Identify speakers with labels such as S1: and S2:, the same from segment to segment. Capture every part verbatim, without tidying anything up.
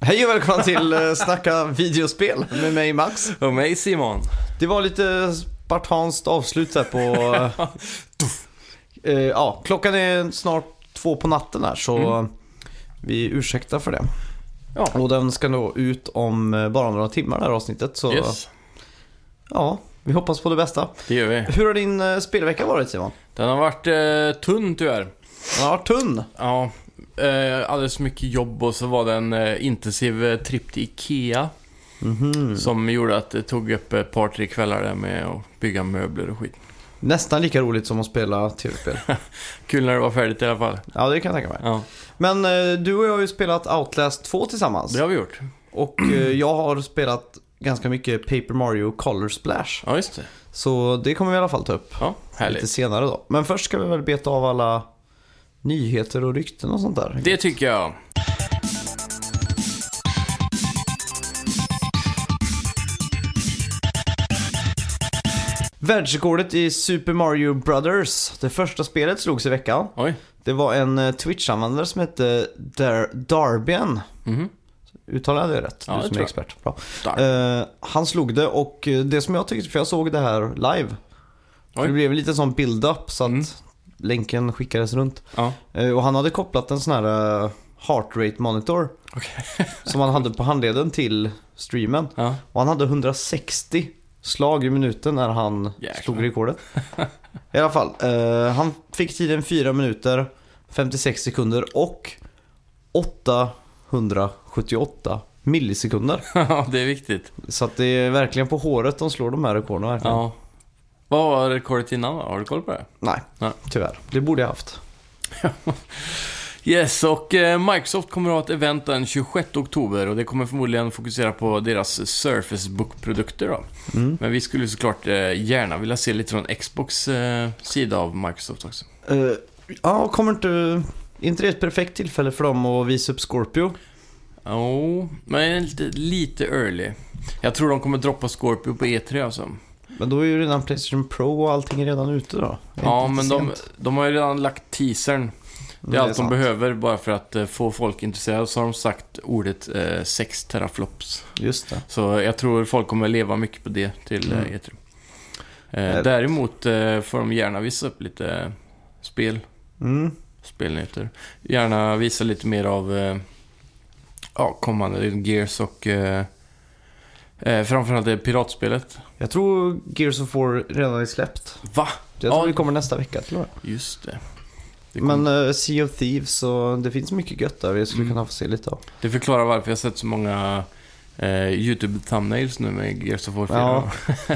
S1: Hej och välkomna till uh, Snacka videospel med mig Max.
S2: Och mig Simon.
S1: Det var lite spartanskt avslut här på... Uh, uh, ja, klockan är snart två på natten här så mm. vi ursäktar för det. Ja. Och den ska nå ut om uh, bara några timmar det här avsnittet. Så
S2: yes.
S1: Ja, vi hoppas på det bästa.
S2: Det gör vi.
S1: Hur har din uh, spelvecka varit, Simon?
S2: Den har varit uh, tunn tyvärr.
S1: Den har varit tunn?
S2: Ja. Uh, alldeles mycket jobb och så var det en uh, intensiv uh, trip till Ikea mm-hmm. som gjorde att det tog upp ett par, tre kvällar där med att bygga möbler och skit.
S1: Nästan lika roligt som att spela tv-spel.
S2: Kul när det var färdigt i alla fall.
S1: Ja, det kan jag tänka mig.
S2: Ja.
S1: Men uh, du och jag har ju spelat Outlast två tillsammans.
S2: Det har vi gjort.
S1: Och uh, jag har spelat ganska mycket Paper Mario Color Splash.
S2: Ja, just det.
S1: Så det kommer vi i alla fall ta upp
S2: ja,
S1: lite senare då. Men först ska vi väl beta av alla nyheter och rykten och sånt där.
S2: Det tycker jag.
S1: Världsrekordet i Super Mario Brothers, det första spelet, slogs i veckan.
S2: Oj.
S1: Det var en uh, Twitch-användare som hette Dar- Darbian.
S2: Mhm.
S1: Uttalar jag det rätt?
S2: Ja,
S1: du som är expert. Bra.
S2: Dar-
S1: Uh, han slog det och det som jag tyckte, för jag såg det här live. För det blev lite sån build-up så att mm. länken skickades runt.
S2: Ja.
S1: Uh, och han hade kopplat en sån här uh, heart rate monitor
S2: okay.
S1: som han hade på handleden till streamen.
S2: Ja.
S1: Och han hade hundrasextio slag i minuten när han Jäklar. slog rekordet. I alla fall, uh, han fick tiden fyra minuter, femtiosex sekunder och åttahundrasjuttioåtta millisekunder.
S2: Ja, det är viktigt.
S1: Så att det är verkligen på håret de slår de här rekorden verkligen.
S2: Ja. Vad var rekordet innan då? Har du koll på det?
S1: Nej, Nej. tyvärr. Det borde jag haft.
S2: Yes, och eh, Microsoft kommer att ha ett event den tjugosjätte oktober och det kommer förmodligen fokusera på deras Surface Book-produkter då. Mm. Men vi skulle såklart eh, gärna vilja se lite från Xbox eh, sida av Microsoft också.
S1: Uh, ja, kommer inte... inte det ett perfekt tillfälle för dem att visa upp Scorpio?
S2: Jo, oh, men lite, lite early. Jag tror de kommer droppa Scorpio på E tre alltså.
S1: Men då är ju redan PlayStation Pro och allting redan ute då.
S2: Ja, men de, de har ju redan lagt teasern. Det är, det är allt
S1: sant.
S2: de behöver bara för att uh, få folk intresserade. Så har de sagt ordet uh, sex teraflops.
S1: Just det.
S2: Så jag tror folk kommer leva mycket på det till mm. uh, E tre. Uh, däremot uh, får de gärna visa upp lite spel.
S1: Mm.
S2: Spelnyheter. Gärna visa lite mer av uh, ja, kommande Gears och uh, uh, framförallt det piratspelet.
S1: Jag tror Gears of War redan är släppt.
S2: Va?
S1: Jag tror ja. det kommer nästa vecka till och med.
S2: Just det. det
S1: Men uh, Sea of Thieves, så det finns mycket gött där vi skulle mm. kunna få se lite av.
S2: Det förklarar varför jag sett så många uh, YouTube-thumbnails nu med Gears of War fyra.
S1: Ja.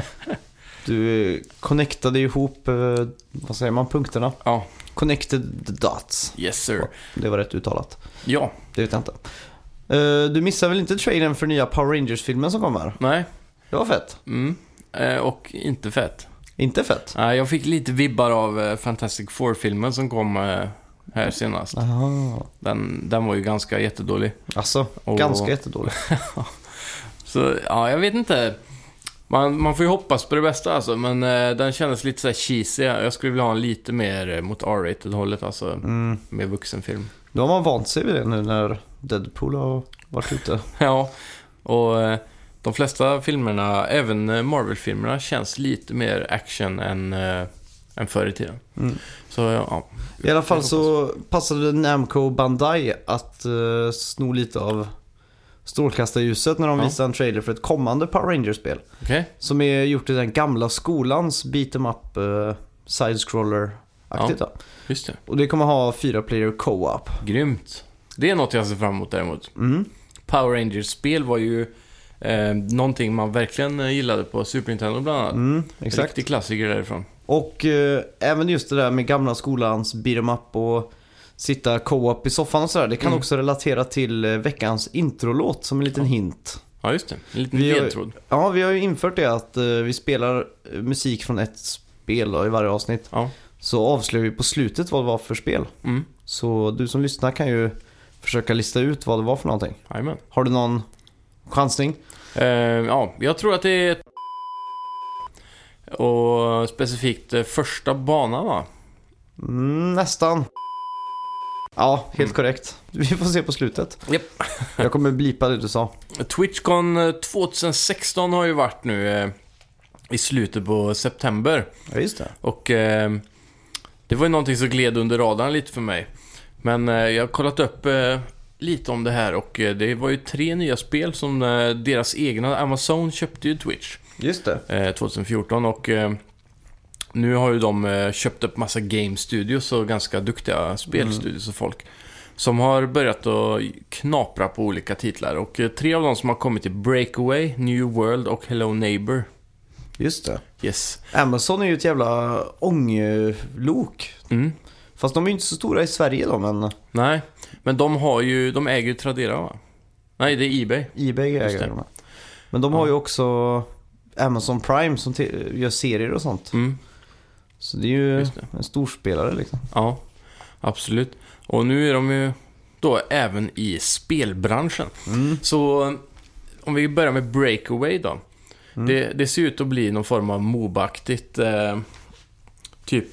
S1: Du connectade ihop, uh, vad säger man, punkterna?
S2: Ja.
S1: Connected the dots.
S2: Yes sir.
S1: Det var rätt uttalat.
S2: Ja.
S1: Det vet jag inte. Uh, du missar väl inte trailern för nya Power Rangers-filmen som kommer?
S2: Nej.
S1: Det var fett.
S2: Mm. Uh, och inte fett.
S1: Inte fett?
S2: Nej, uh, jag fick lite vibbar av uh, Fantastic Four-filmen som kom uh, här senast.
S1: Aha.
S2: Den, den var ju ganska jättedålig.
S1: Alltså, och... ganska jättedålig.
S2: Så, ja, jag vet inte. Man, man får ju hoppas på det bästa alltså, men uh, den kändes lite så här cheesy. Jag skulle vilja ha en lite mer uh, mot R-rated hållet, alltså mm. med vuxenfilm.
S1: Då har man vant sig vid det nu när Deadpool har varit ute.
S2: Ja, och uh, de flesta filmerna, även Marvel-filmerna, känns lite mer action än, uh, än förr i tiden. Mm. Så ja.
S1: I alla fall så passade Namco Bandai att uh, sno lite av strålkastarljuset när de ja. visade en trailer för ett kommande Power Rangers-spel.
S2: Okay. Som
S1: är gjort i den gamla skolans beat-em-up uh, side-scroller-aktigt.
S2: Ja, just det.
S1: Och det kommer ha fyra player co-op.
S2: Grymt. Det är något jag ser fram emot däremot.
S1: Mm.
S2: Power Rangers-spel var ju eh, någonting man verkligen gillade på Super Nintendo bland annat.
S1: Mm, exakt.
S2: Riktig klassiker därifrån.
S1: Och eh, även just det där med gamla skolans beat-em-up och sitta co-op i soffan och sådär. Det kan mm. också relatera till eh, veckans introlåt som en liten
S2: ja.
S1: hint.
S2: Ja, just det. En liten
S1: vi
S2: ledtråd.
S1: Har, ja, vi har ju infört det att eh, vi spelar musik från ett spel då, i varje avsnitt.
S2: Ja.
S1: Så avslöjar vi på slutet vad det var för spel.
S2: Mm. Så
S1: du som lyssnar kan ju försöka lista ut vad det var för någonting.
S2: Amen.
S1: Har du någon chansning?
S2: Uh, ja, jag tror att det är och specifikt första banan, va?
S1: Mm, nästan. Ja, helt mm. korrekt. Vi får se på slutet.
S2: Yep.
S1: Jag kommer blipa det du sa.
S2: TwitchCon tjugohundrasexton har ju varit nu eh, i slutet på september.
S1: Ja, just det.
S2: Och eh, det var ju någonting som gled under radarn lite för mig. Men eh, jag har kollat upp eh, lite om det här och eh, det var ju tre nya spel som eh, deras egna Amazon köpte ju Twitch.
S1: Just det.
S2: Eh, tjugohundrafjorton och eh, nu har ju de eh, köpt upp massa game studios och ganska duktiga spelstudios mm. och folk som har börjat att knapra på olika titlar. Och eh, tre av dem som har kommit är Breakaway, New World och Hello Neighbor.
S1: Just det.
S2: Yes.
S1: Amazon är ju ett jävla ånglok.
S2: Mm.
S1: Fast de är ju inte så stora i Sverige då, men...
S2: Nej, men de har ju, de äger ju Tradera, va? Nej, det är eBay.
S1: eBay äger de. Men de har ju också Amazon Prime som te- gör serier och sånt.
S2: Mm.
S1: Så det är ju det. En stor spelare liksom.
S2: Ja, absolut. Och nu är de ju då även i spelbranschen. Mm. Så om vi börjar med Breakaway då. Mm. Det, det ser ut att bli någon form av MOBA-aktigt eh, typ...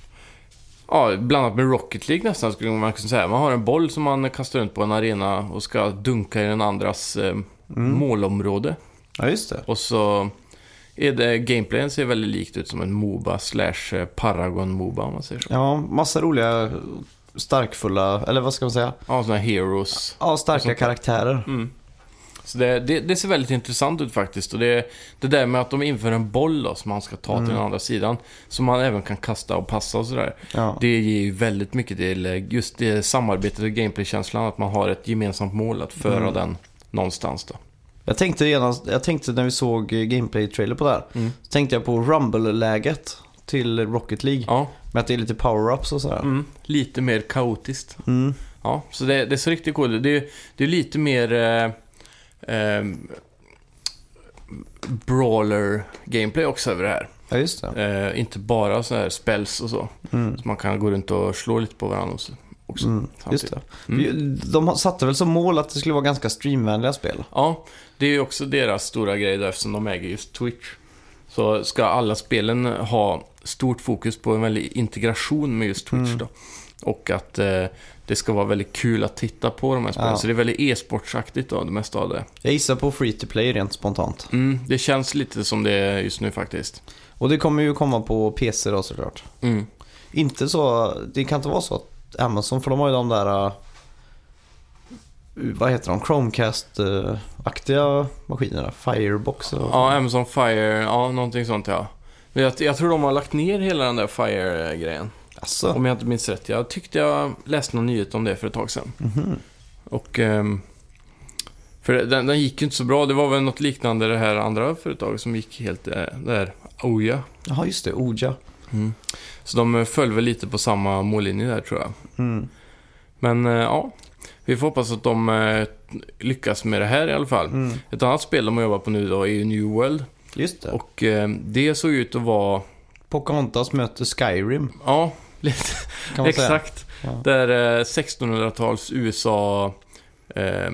S2: Ja, blandat med Rocket League nästan skulle man kunna säga. Man har en boll som man kastar runt på en arena och ska dunka i den andras eh, mm. målområde.
S1: Ja, just det.
S2: Och så är det, gameplayen ser väldigt likt ut som en MOBA slash Paragon MOBA om man säger så.
S1: Ja, massa roliga starkfulla, eller vad ska man säga?
S2: Ja, sådana heroes.
S1: Ja, starka karaktärer.
S2: Mm. Så det, det, det ser väldigt intressant ut faktiskt. Och det, det där med att de inför en boll då, som man ska ta mm. till den andra sidan, som man även kan kasta och passa och sådär.
S1: Ja.
S2: Det ger ju väldigt mycket till just det samarbetet och gameplay-känslan, att man har ett gemensamt mål att föra mm. den någonstans då.
S1: Jag tänkte, genast, jag tänkte när vi såg gameplay-trailer på det här, mm. så tänkte jag på Rumble-läget till Rocket League.
S2: Ja.
S1: Med att det är lite power-ups och sådär.
S2: Mm. Lite mer kaotiskt.
S1: Mm.
S2: Ja, så det, det är så riktigt coolt. Det, det är lite mer... Eh, Eh, brawler gameplay också över det här.
S1: Ja, just det.
S2: Eh, inte bara så här spells och så. Mm. Så man kan gå runt och slå lite på varandra också.
S1: Mm, just det. Mm. De satte väl som mål att det skulle vara ganska streamvänliga spel.
S2: Ja, det är ju också deras stora grej där, eftersom de äger just Twitch. Så ska alla spelen ha stort fokus på en väldigt integration med just Twitch mm. då. Och att eh, det ska vara väldigt kul att titta på de här spelen. Ja. Så det är väldigt e-sportsaktigt då, det mesta av det.
S1: Jag gissar på free to play rent spontant.
S2: Mm, det känns lite som det är just nu faktiskt.
S1: Och det kommer ju komma på P C då såklart.
S2: Mm.
S1: Inte så, det kan inte vara så att Amazon, för de har ju de där, uh, vad heter de, Chromecast-aktiga maskinerna, Firebox och...
S2: Ja, Amazon Fire, ja, någonting sånt ja. Men jag, jag tror de har lagt ner hela den där Fire-grejen.
S1: Asså.
S2: Om jag inte minns rätt. Jag tyckte jag läste någon nyhet om det för ett tag sedan.
S1: Mm-hmm.
S2: Och um, för den, den gick ju inte så bra. Det var väl något liknande det här andra företaget som gick helt äh, där. Oja.
S1: Ja, just det. Oja.
S2: Mm. Så de föll väl lite på samma mållinje där, tror jag.
S1: Mm.
S2: Men äh, ja, vi får hoppas att de äh, lyckas med det här i alla fall.
S1: Mm.
S2: Ett annat spel de jobbar på nu då är ju New World.
S1: Just det.
S2: Och äh, det såg ut att vara...
S1: Pocahontas möter Skyrim.
S2: Ja, lite. Exakt. Ja. Där eh, sextonhundratals U S A eh,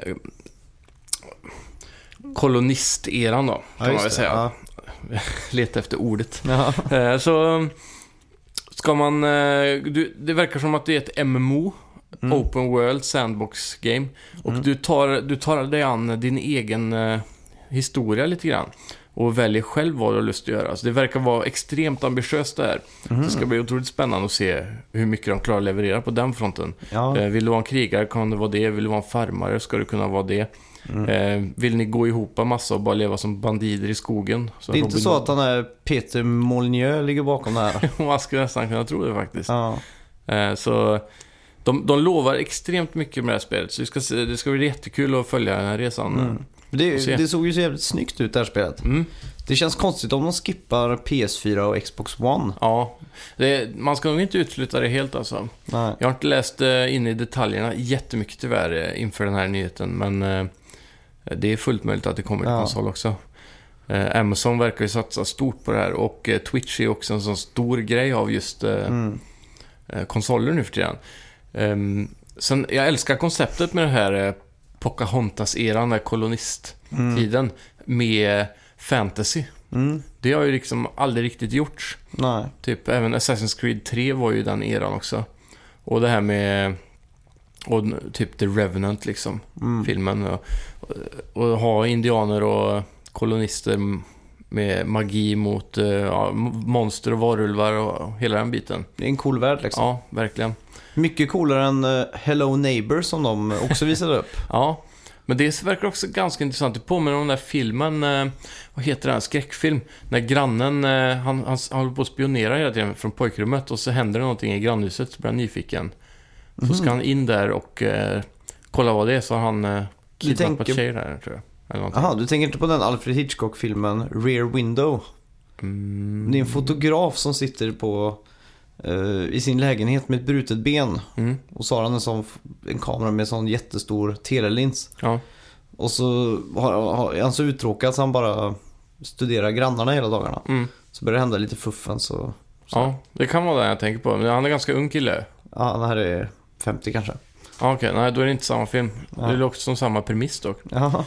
S2: kolonisteran då, kan ja, man väl säga. Ja. Leta efter ordet.
S1: Ja.
S2: Eh, så ska man... Eh, du, det verkar som att det är ett M M O. Mm. Open World Sandbox Game. Och mm. du, tar, du tar dig an din egen eh, historia lite grann. Och väljer själv vad du har lust att göra. Så det verkar vara extremt ambitiöst där. Mm. Det ska bli otroligt spännande att se hur mycket de klarar att leverera på den fronten.
S1: Ja.
S2: Eh, vill du vara en krigare kan det vara det. Vill du vara en farmare ska du kunna vara det. Mm. Eh, vill ni gå ihop en massa och bara leva som bandider i skogen? Så
S1: det är
S2: Robin...
S1: inte så att den här Peter Molyneux ligger bakom det här?
S2: Man skulle nästan kunna tro det faktiskt.
S1: Ja.
S2: Eh, så de, de lovar extremt mycket med det här spelet. Så det ska, det ska bli jättekul att följa den här resan.
S1: Mm. Det, det såg ju så jävligt snyggt ut det här spelet.
S2: Mm.
S1: Det känns konstigt om de skippar P S fyra och Xbox One.
S2: Ja, det, man ska nog inte utflytta det helt alltså.
S1: Nej.
S2: Jag har inte läst uh, in i detaljerna jättemycket tyvärr uh, inför den här nyheten. Men uh, det är fullt möjligt att det kommer till ja. konsol också. Uh, Amazon verkar ju satsa stort på det här. Och uh, Twitch är också en sån stor grej av just uh, mm. uh, konsoler nu för tiden. Um, sen, jag älskar konceptet med det här uh, Pocahontas-eran, där kolonisttiden mm. med fantasy.
S1: Mm.
S2: Det har ju liksom aldrig riktigt gjorts.
S1: Nej.
S2: Typ även Assassin's Creed tre var ju den eran också. Och det här med Och typ The Revenant liksom,
S1: Mm.
S2: filmen. Och, och, och ha indianer och kolonister med magi mot ja, monster och varulvar och hela den biten.
S1: Det är en cool värld liksom.
S2: Ja, verkligen.
S1: Mycket coolare än uh, Hello Neighbor som de också visade upp.
S2: Ja, men det verkar också ganska intressant. Det påminner om den där filmen, eh, vad heter den, skräckfilm. När grannen, eh, han, han, han håller på att spionera hela tiden från pojkrummet och så händer det någonting i grannhuset, så blir han nyfiken. Så
S1: Mhm.
S2: ska han in där och eh, kolla vad det är, så har han eh, kidnappat
S1: tänker-
S2: tjejer där, tror jag. Eller någonting.
S1: Jaha, du tänker inte på den Alfred Hitchcock-filmen Rear Window?
S2: Mm.
S1: Det är en fotograf som sitter på uh, i sin lägenhet med ett brutet ben.
S2: Mm.
S1: Och så har han en, sån, en kamera med en sån jättestor telelins.
S2: Ja.
S1: Och så har, har, är han så uttråkad så han bara studerar grannarna hela dagarna.
S2: Mm.
S1: Så börjar det hända lite fuffen så... så.
S2: Ja, det kan vara det jag tänker på. Men han är ganska ung kille.
S1: Ja, den här är femtio kanske.
S2: Ja, okej. Nej, då är det inte samma film.
S1: Ja.
S2: Det är också som samma premiss dock.
S1: Jaha.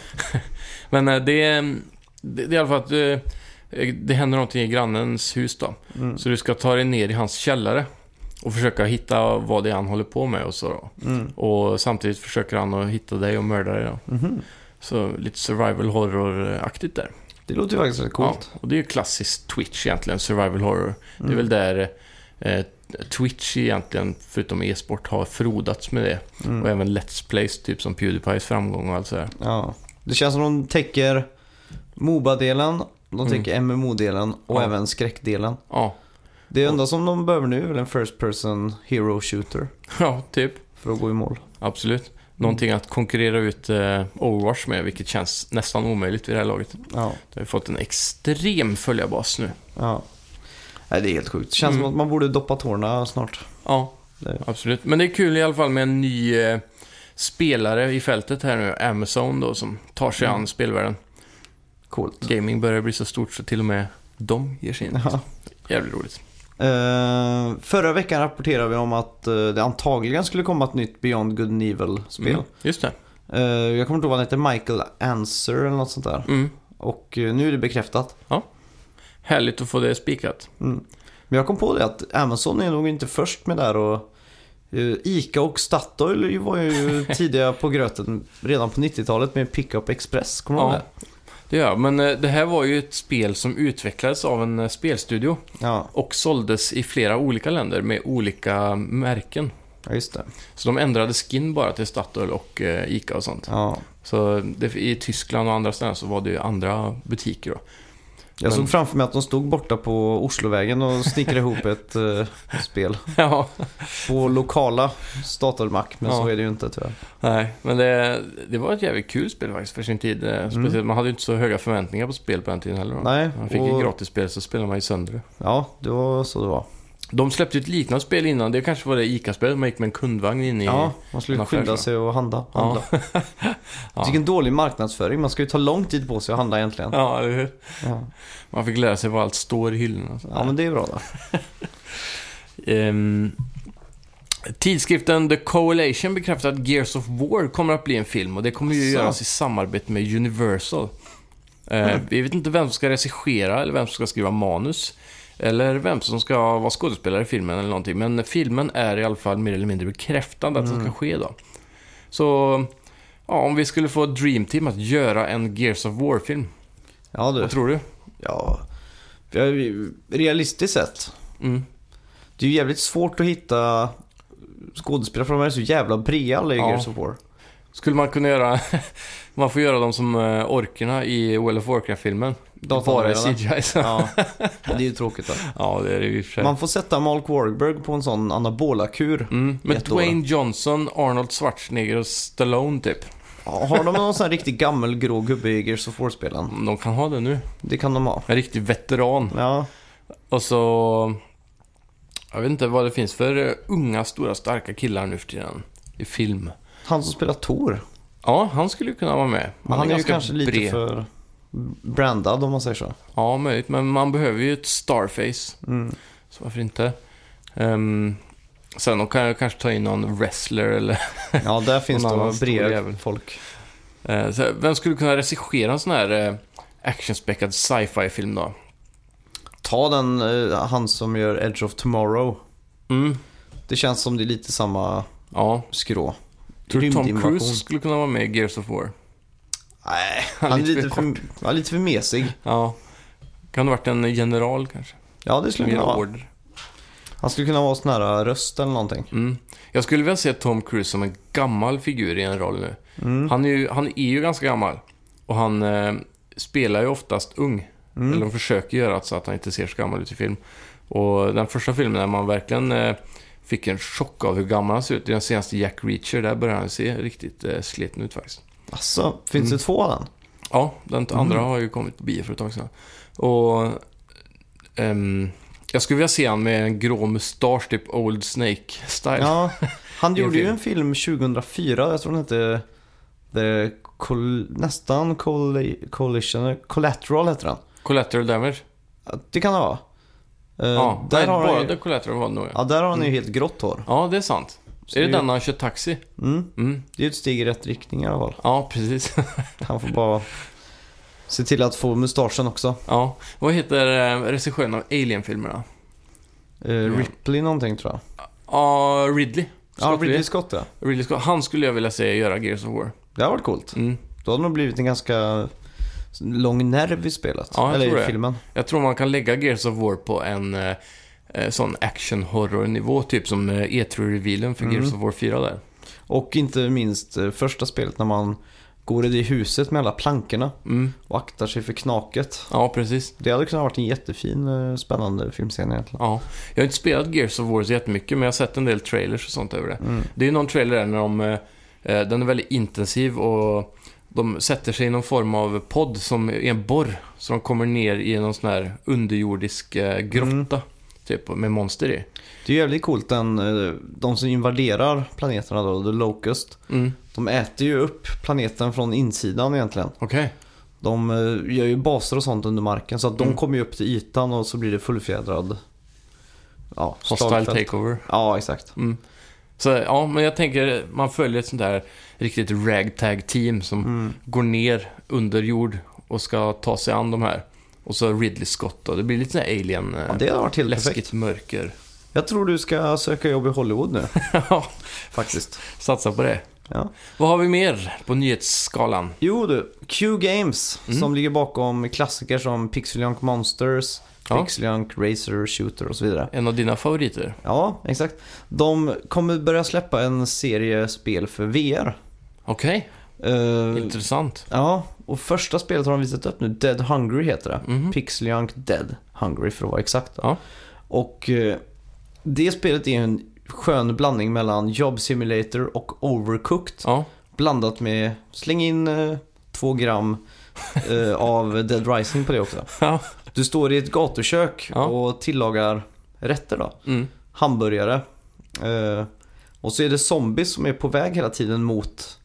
S2: Men eh, det, är- det, det är i alla fall att det, det händer någonting i grannens hus då.
S1: Mm.
S2: Så du ska ta dig ner i hans källare och försöka hitta vad det är han håller på med och så då.
S1: Mm.
S2: Och samtidigt försöker han att hitta dig och mörda dig då.
S1: Mhm.
S2: Så lite survival horror-aktigt där.
S1: Det låter ju faktiskt väldigt coolt.
S2: Ja, och det är ju klassiskt Twitch egentligen, survival horror. Det är
S1: Mm.
S2: väl där eh, Twitch egentligen, förutom e-sport, har frodats med det.
S1: Mm.
S2: Och även Let's Plays, typ som PewDiePies framgång och allt sådär.
S1: Ja. Det känns som de täcker MOBA-delen, de
S2: Mm.
S1: täcker M M O-delen och
S2: Ja.
S1: även skräckdelen.
S2: Ja,
S1: Det enda som de behöver nu är väl en first person hero shooter
S2: ja typ.
S1: för att gå i mål.
S2: Absolut. Någonting att konkurrera ut eh, Overwatch med, vilket känns nästan omöjligt vid det här laget.
S1: Ja.
S2: Det har ju fått en extrem följarbas nu.
S1: Ja. Nej, det är helt sjukt. Det känns
S2: Mm.
S1: som att man borde doppa tårna snart.
S2: Ja,
S1: Det...
S2: absolut. Men det är kul i alla fall med en ny eh, spelare i fältet här nu, Amazon då, som tar sig
S1: Mm.
S2: an spelvärlden.
S1: Coolt.
S2: Gaming börjar bli så stort så till och med de ger sig in.
S1: Ja.
S2: Jävligt roligt.
S1: Uh, förra veckan rapporterade vi om att uh, det antagligen skulle komma ett nytt Beyond Good and Evil-spel.
S2: Mm, just det.
S1: Uh, jag kommer inte ihåg vad han heter, Michael Answer eller något sånt där.
S2: Mm.
S1: Och uh, nu är det bekräftat.
S2: Härligt att få det spikat.
S1: Mm. Men jag kom på det att Amazon är nog inte först med där och uh, Ica och Statoil var ju tidiga på gröten redan på nittiotalet med Pickup Express. Kommer du ihåg
S2: Ja,
S1: det?
S2: det gör. Men eh, det här var ju ett spel som utvecklades av en eh, spelstudio
S1: Ja,
S2: och såldes i flera olika länder med olika märken.
S1: ja, just det.
S2: Så de ändrade skin bara till Statoil och eh, Ica och sånt.
S1: Ja.
S2: Så det, i Tyskland och andra ställen så var det ju andra butiker då.
S1: Jag
S2: Men-
S1: såg framför mig att de stod borta på Oslovägen och snickrade ihop ett uh, spel
S2: Ja,
S1: på lokala Statoil-mack, men
S2: Ja.
S1: så är det ju inte tyvärr.
S2: nej, men det, det var ett jävligt kul spel faktiskt för sin tid. Eh, Speciellt, man hade ju inte så höga förväntningar på spel på den tiden heller. Då.
S1: Nej,
S2: Man fick
S1: och-
S2: ju gratis spel så spelade man ju sönder det.
S1: Ja, det var så det var.
S2: De släppte ju ett liknande spel innan. Det kanske var det Ica-spel. Man gick med en kundvagn in i...
S1: Ja, man skulle
S2: en affär,
S1: skynda
S2: så.
S1: sig och handla.
S2: Ja.
S1: handla. Jag tycker en dålig marknadsföring. Man ska ju ta lång tid på sig att handla egentligen.
S2: Ja, eller hur?
S1: Ja,
S2: Man fick lära sig vad allt står i hyllorna. Så.
S1: ja men det är bra då.
S2: Ehm, tidskriften The Coalition bekräftar att Gears of War kommer att bli en film. Och det kommer ju
S1: Så.
S2: göras i samarbete med Universal. Eh,
S1: Mm.
S2: Vi vet inte vem som ska regissera eller vem som ska skriva manus. Eller vem som ska vara skådespelare i filmen eller någonting. Men filmen är i alla fall mer eller mindre bekräftad att det ska
S1: Mm.
S2: ske då. Så ja, om vi skulle få Dream Team att göra en Gears of War-film.
S1: Ja du.
S2: Vad tror du?
S1: Ja, realistiskt sett.
S2: Mm.
S1: Det är ju jävligt svårt att hitta skådespelare för de är så jävla breda alla i
S2: Ja.
S1: Gears of War.
S2: Skulle man kunna göra... man får göra dem som uh, orkerna i World of Warcraft-filmen. Bara i C G I. Så.
S1: Ja, det är ju tråkigt då.
S2: Ja, det är det ju i och för sig.
S1: Man får sätta Mark Wahlberg på en sån anabola-kur.
S2: Mm. Med
S1: Jätteår.
S2: Dwayne Johnson, Arnold Schwarzenegger och Stallone typ.
S1: Ja, har de någon sån här riktigt gammal grå gubbe i Gears of War-spelen?
S2: De kan ha det nu.
S1: Det kan de ha.
S2: En riktig veteran.
S1: Ja,
S2: Och så... Jag vet inte vad det finns för uh, unga, stora, starka killar nu för tiden. I film.
S1: han som spelar Thor.
S2: Ja, han skulle ju kunna vara med.
S1: Men han är ju
S2: ganska
S1: kanske lite
S2: bred.
S1: för brandad om man säger så.
S2: Ja, möjligt. Men man behöver ju ett starface.
S1: Mm.
S2: Så varför inte? Um, sen de kan jag kanske ta in någon wrestler eller...
S1: Ja, där finns
S2: Någon annan
S1: det
S2: stor
S1: bred
S2: jävel.
S1: folk.
S2: Uh, så vem skulle kunna regissera en sån här uh, actionspäckad sci-fi-film då?
S1: Ta den, eh, han som gör Edge of Tomorrow.
S2: Mm.
S1: Det känns som det är lite samma
S2: Ja,
S1: skrå.
S2: Tror du Tom
S1: rymdinvasion.
S2: Cruise skulle kunna vara med i Gears of War?
S1: Nej, han är lite för, ja, lite för mesig.
S2: Ja. Kan det ha varit en general kanske?
S1: Ja, det skulle
S2: Som ger
S1: kunna vara.
S2: order.
S1: Han skulle kunna vara sån här röst eller någonting.
S2: Mm. Jag skulle vilja se Tom Cruise som en gammal figur i en roll nu.
S1: Mm.
S2: Han, är ju, han är ju ganska gammal. Och han eh, spelar ju oftast ung.
S1: Mm.
S2: Eller de försöker göra så att han inte ser så gammal ut i film. Och den första filmen där man verkligen eh, fick en chock av hur gammal han ser ut. Den senaste Jack Reacher, där börjar han se riktigt eh, sliten ut faktiskt.
S1: Alltså, finns
S2: Mm.
S1: det två av den?
S2: Ja, den
S1: Mm.
S2: andra har ju kommit på bio för ett tag sedan. Och ehm, jag skulle vilja se han med en grå mustasch, typ Old Snake-style.
S1: Ja, han
S2: I en
S1: gjorde ju
S2: film.
S1: en film tjugohundrafyra, jag tror den hette The Col- nästan Coll- Collision, Collateral heter den.
S2: Collateral Damage.
S1: Det kan det vara. Uh,
S2: Ja,
S1: där,
S2: nej,
S1: har
S2: bara
S1: han
S2: The
S1: ju,
S2: Collateral var det nog.
S1: ja, där har han ju
S2: Mm.
S1: helt grått hår.
S2: Ja, det är sant.
S1: Så
S2: är det
S1: det-
S2: den han kör taxi?
S1: Mm.
S2: Mm.
S1: Det är ju ett steg i rätt riktning i alla fall.
S2: Ja, precis.
S1: Han får bara se till att få mustaschen också.
S2: Ja. Vad heter eh, regissören av Alien-filmerna?
S1: Uh,
S2: Ja.
S1: Ripley någonting tror jag.
S2: Ja, Ridley.
S1: Ja,
S2: Scott
S1: Ridley
S2: Lee.
S1: Scott ja.
S2: Ridley Scott. Han skulle jag vilja se göra Gears of War.
S1: Det har varit coolt.
S2: Mm.
S1: Då hade det nog blivit en ganska lång nerv i spelet.
S2: Ja, jag
S1: Eller
S2: tror
S1: i
S2: det.
S1: filmen.
S2: Jag tror man kan lägga Gears of War på en eh, eh, sån action-horror-nivå, typ som eh, E tre-revealen för
S1: Mm.
S2: Gears of War fyra där.
S1: Och inte minst eh, första spelet när man går i det huset med alla plankorna
S2: Mm.
S1: och aktar sig för knaket.
S2: Ja, precis.
S1: Det hade kunnat varit en jättefin, eh, spännande filmscen egentligen.
S2: Ja. Jag har inte spelat Gears of War så jättemycket, men jag har sett en del trailers och sånt över det.
S1: Mm.
S2: Det är någon trailer där när de, eh, eh, den är väldigt intensiv och de sätter sig i någon form av podd som är en borr. Så de kommer ner i någon sån här underjordisk eh, grotta,
S1: Mm.
S2: typ, med monster i.
S1: Det är jävligt coolt, den, eh, de som invaderar planeterna då, The Locust.
S2: Mm.
S1: De äter ju upp planeten från insidan egentligen.
S2: Okej.
S1: De eh, gör ju baser och sånt under marken så att de
S2: Mm.
S1: kommer ju upp till ytan och så blir det fullfjädrad. Ja,
S2: Hostile
S1: slagfält.
S2: takeover.
S1: Ja, exakt.
S2: Mm. Så ja, men jag tänker man följer ett sånt där riktigt ragtag-team som
S1: Mm.
S2: går ner under jord och ska ta sig an de här. Och så Ridley Scott och det blir lite sån här alien,
S1: Ja, det har varit helt
S2: läskigt
S1: perfekt.
S2: mörker.
S1: Jag tror du ska söka jobb i Hollywood nu,
S2: Ja,
S1: faktiskt.
S2: satsa på det.
S1: Ja.
S2: Vad har vi mer på nyhetsskalan?
S1: Jo du, Q Games
S2: Mm.
S1: som ligger bakom klassiker som Pixel Junk Monsters,
S2: Ja.
S1: Pixel Junk Racer Shooter och så vidare.
S2: En av dina favoriter.
S1: Ja, exakt. De kommer börja släppa en serie spel för V R.
S2: Okej,
S1: Eh,
S2: intressant.
S1: ja, och första spelet har de visat upp nu. Dead Hungry heter det.
S2: Mhm.
S1: Pixel Junk Dead Hungry för att vara exakt.
S2: Ja.
S1: Och eh, det spelet är en skön blandning mellan Job Simulator och Overcooked.
S2: Ja,
S1: Blandat med, släng in eh, två gram eh, av Dead Rising på det också.
S2: ja.
S1: Du står i ett gatukök
S2: Ja.
S1: och tillagar rätter då.
S2: Mm.
S1: Hamburgare. Eh, och så är det zombies som är på väg hela tiden mot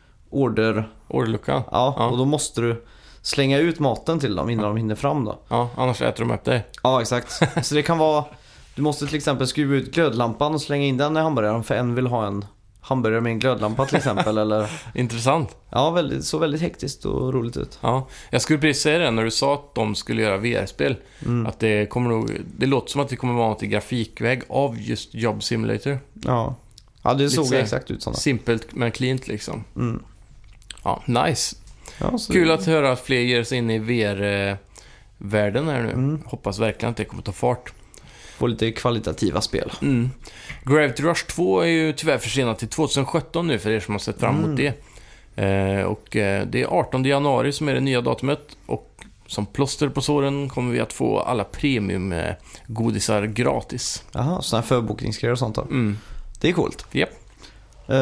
S1: order.
S2: Orderlucka.
S1: Ja,
S2: Ja.
S1: och då måste du slänga ut maten till dem innan de hinner fram då.
S2: Ja, annars äter de upp dig.
S1: Ja, exakt. Så det kan vara, du måste till exempel skruva ut glödlampan och slänga in den i hamburgaren för en vill ha en hamburgare med en glödlampa till exempel. Eller,
S2: Intressant.
S1: ja, väldigt, så väldigt hektiskt och roligt ut.
S2: Ja, jag skulle precis säga det när du sa att de skulle göra V R-spel.
S1: Mm.
S2: Att det kommer nog, det låter som att det kommer vara något i grafikväg av just Job Simulator.
S1: Ja, ja det
S2: Lite
S1: såg
S2: så här
S1: exakt ut sådana.
S2: Simpelt men cleant liksom.
S1: Mm.
S2: Ja, nice.
S1: Ja, så,
S2: Kul att höra att fler ger sig in i V R-världen här nu.
S1: Mm.
S2: Hoppas verkligen att det kommer ta fart.
S1: få lite kvalitativa spel.
S2: Mm. Gravity Rush två är ju tyvärr försenat till tjugohundrasjutton nu för er som har sett fram emot
S1: Mm.
S2: det. Eh, och eh, det är artonde januari som är det nya datumet. Och som plåster på såren kommer vi att få alla premium-godisar gratis.
S1: Jaha, sådana här förbokningsgrejer och sånt då.
S2: Mm.
S1: Det är coolt.
S2: Japp.
S1: Eh,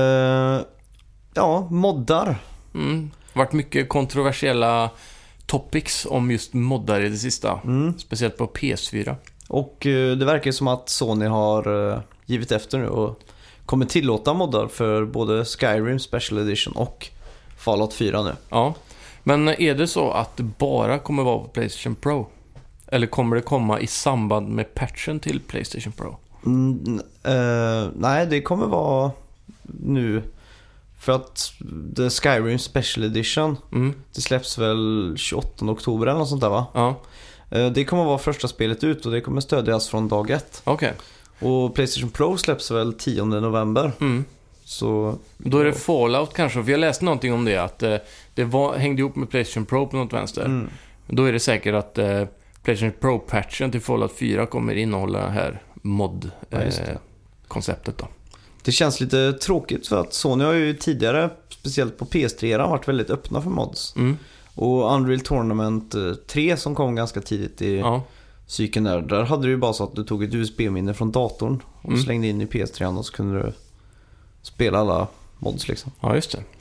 S1: ja, moddar.
S2: Mm. Varit mycket kontroversiella topics om just moddar i det sista.
S1: Mm.
S2: Speciellt på P S fyra.
S1: Och eh, det verkar som att Sony har eh, givit efter nu och kommer tillåta moddar för både Skyrim Special Edition och Fallout fyra nu.
S2: Ja. Men är det så att det bara kommer vara på PlayStation Pro? Eller kommer det komma i samband med patchen till PlayStation Pro?
S1: Mm, eh, nej, det kommer vara nu för att The Skyrim Special Edition,
S2: Mm.
S1: det släpps väl tjugoåttonde oktober eller något sånt där va?
S2: Ja,
S1: Eh, det kommer vara första spelet ut och det kommer stödjas från dag ett.
S2: okej.
S1: Och PlayStation Pro släpps väl tionde november.
S2: Mm.
S1: Så...
S2: Då är det Fallout kanske, för jag läste någonting om det, att eh, det var, hängde ihop med PlayStation Pro på något vänster.
S1: Mm.
S2: Då är det säkert att eh, PlayStation Pro-patchen till Fallout fyra kommer innehålla det här mod-konceptet
S1: ja,
S2: då.
S1: Det känns lite tråkigt för att Sony har ju tidigare, speciellt på P S tre, varit väldigt öppna för mods.
S2: Mm.
S1: Och Unreal Tournament tre som kom ganska tidigt i
S2: Ja.
S1: cykeln där, där hade du ju bara så att du tog ett U S B-minne från datorn och
S2: Mm.
S1: slängde in i P S tre och så kunde du spela alla mods liksom.
S2: Ja, just det.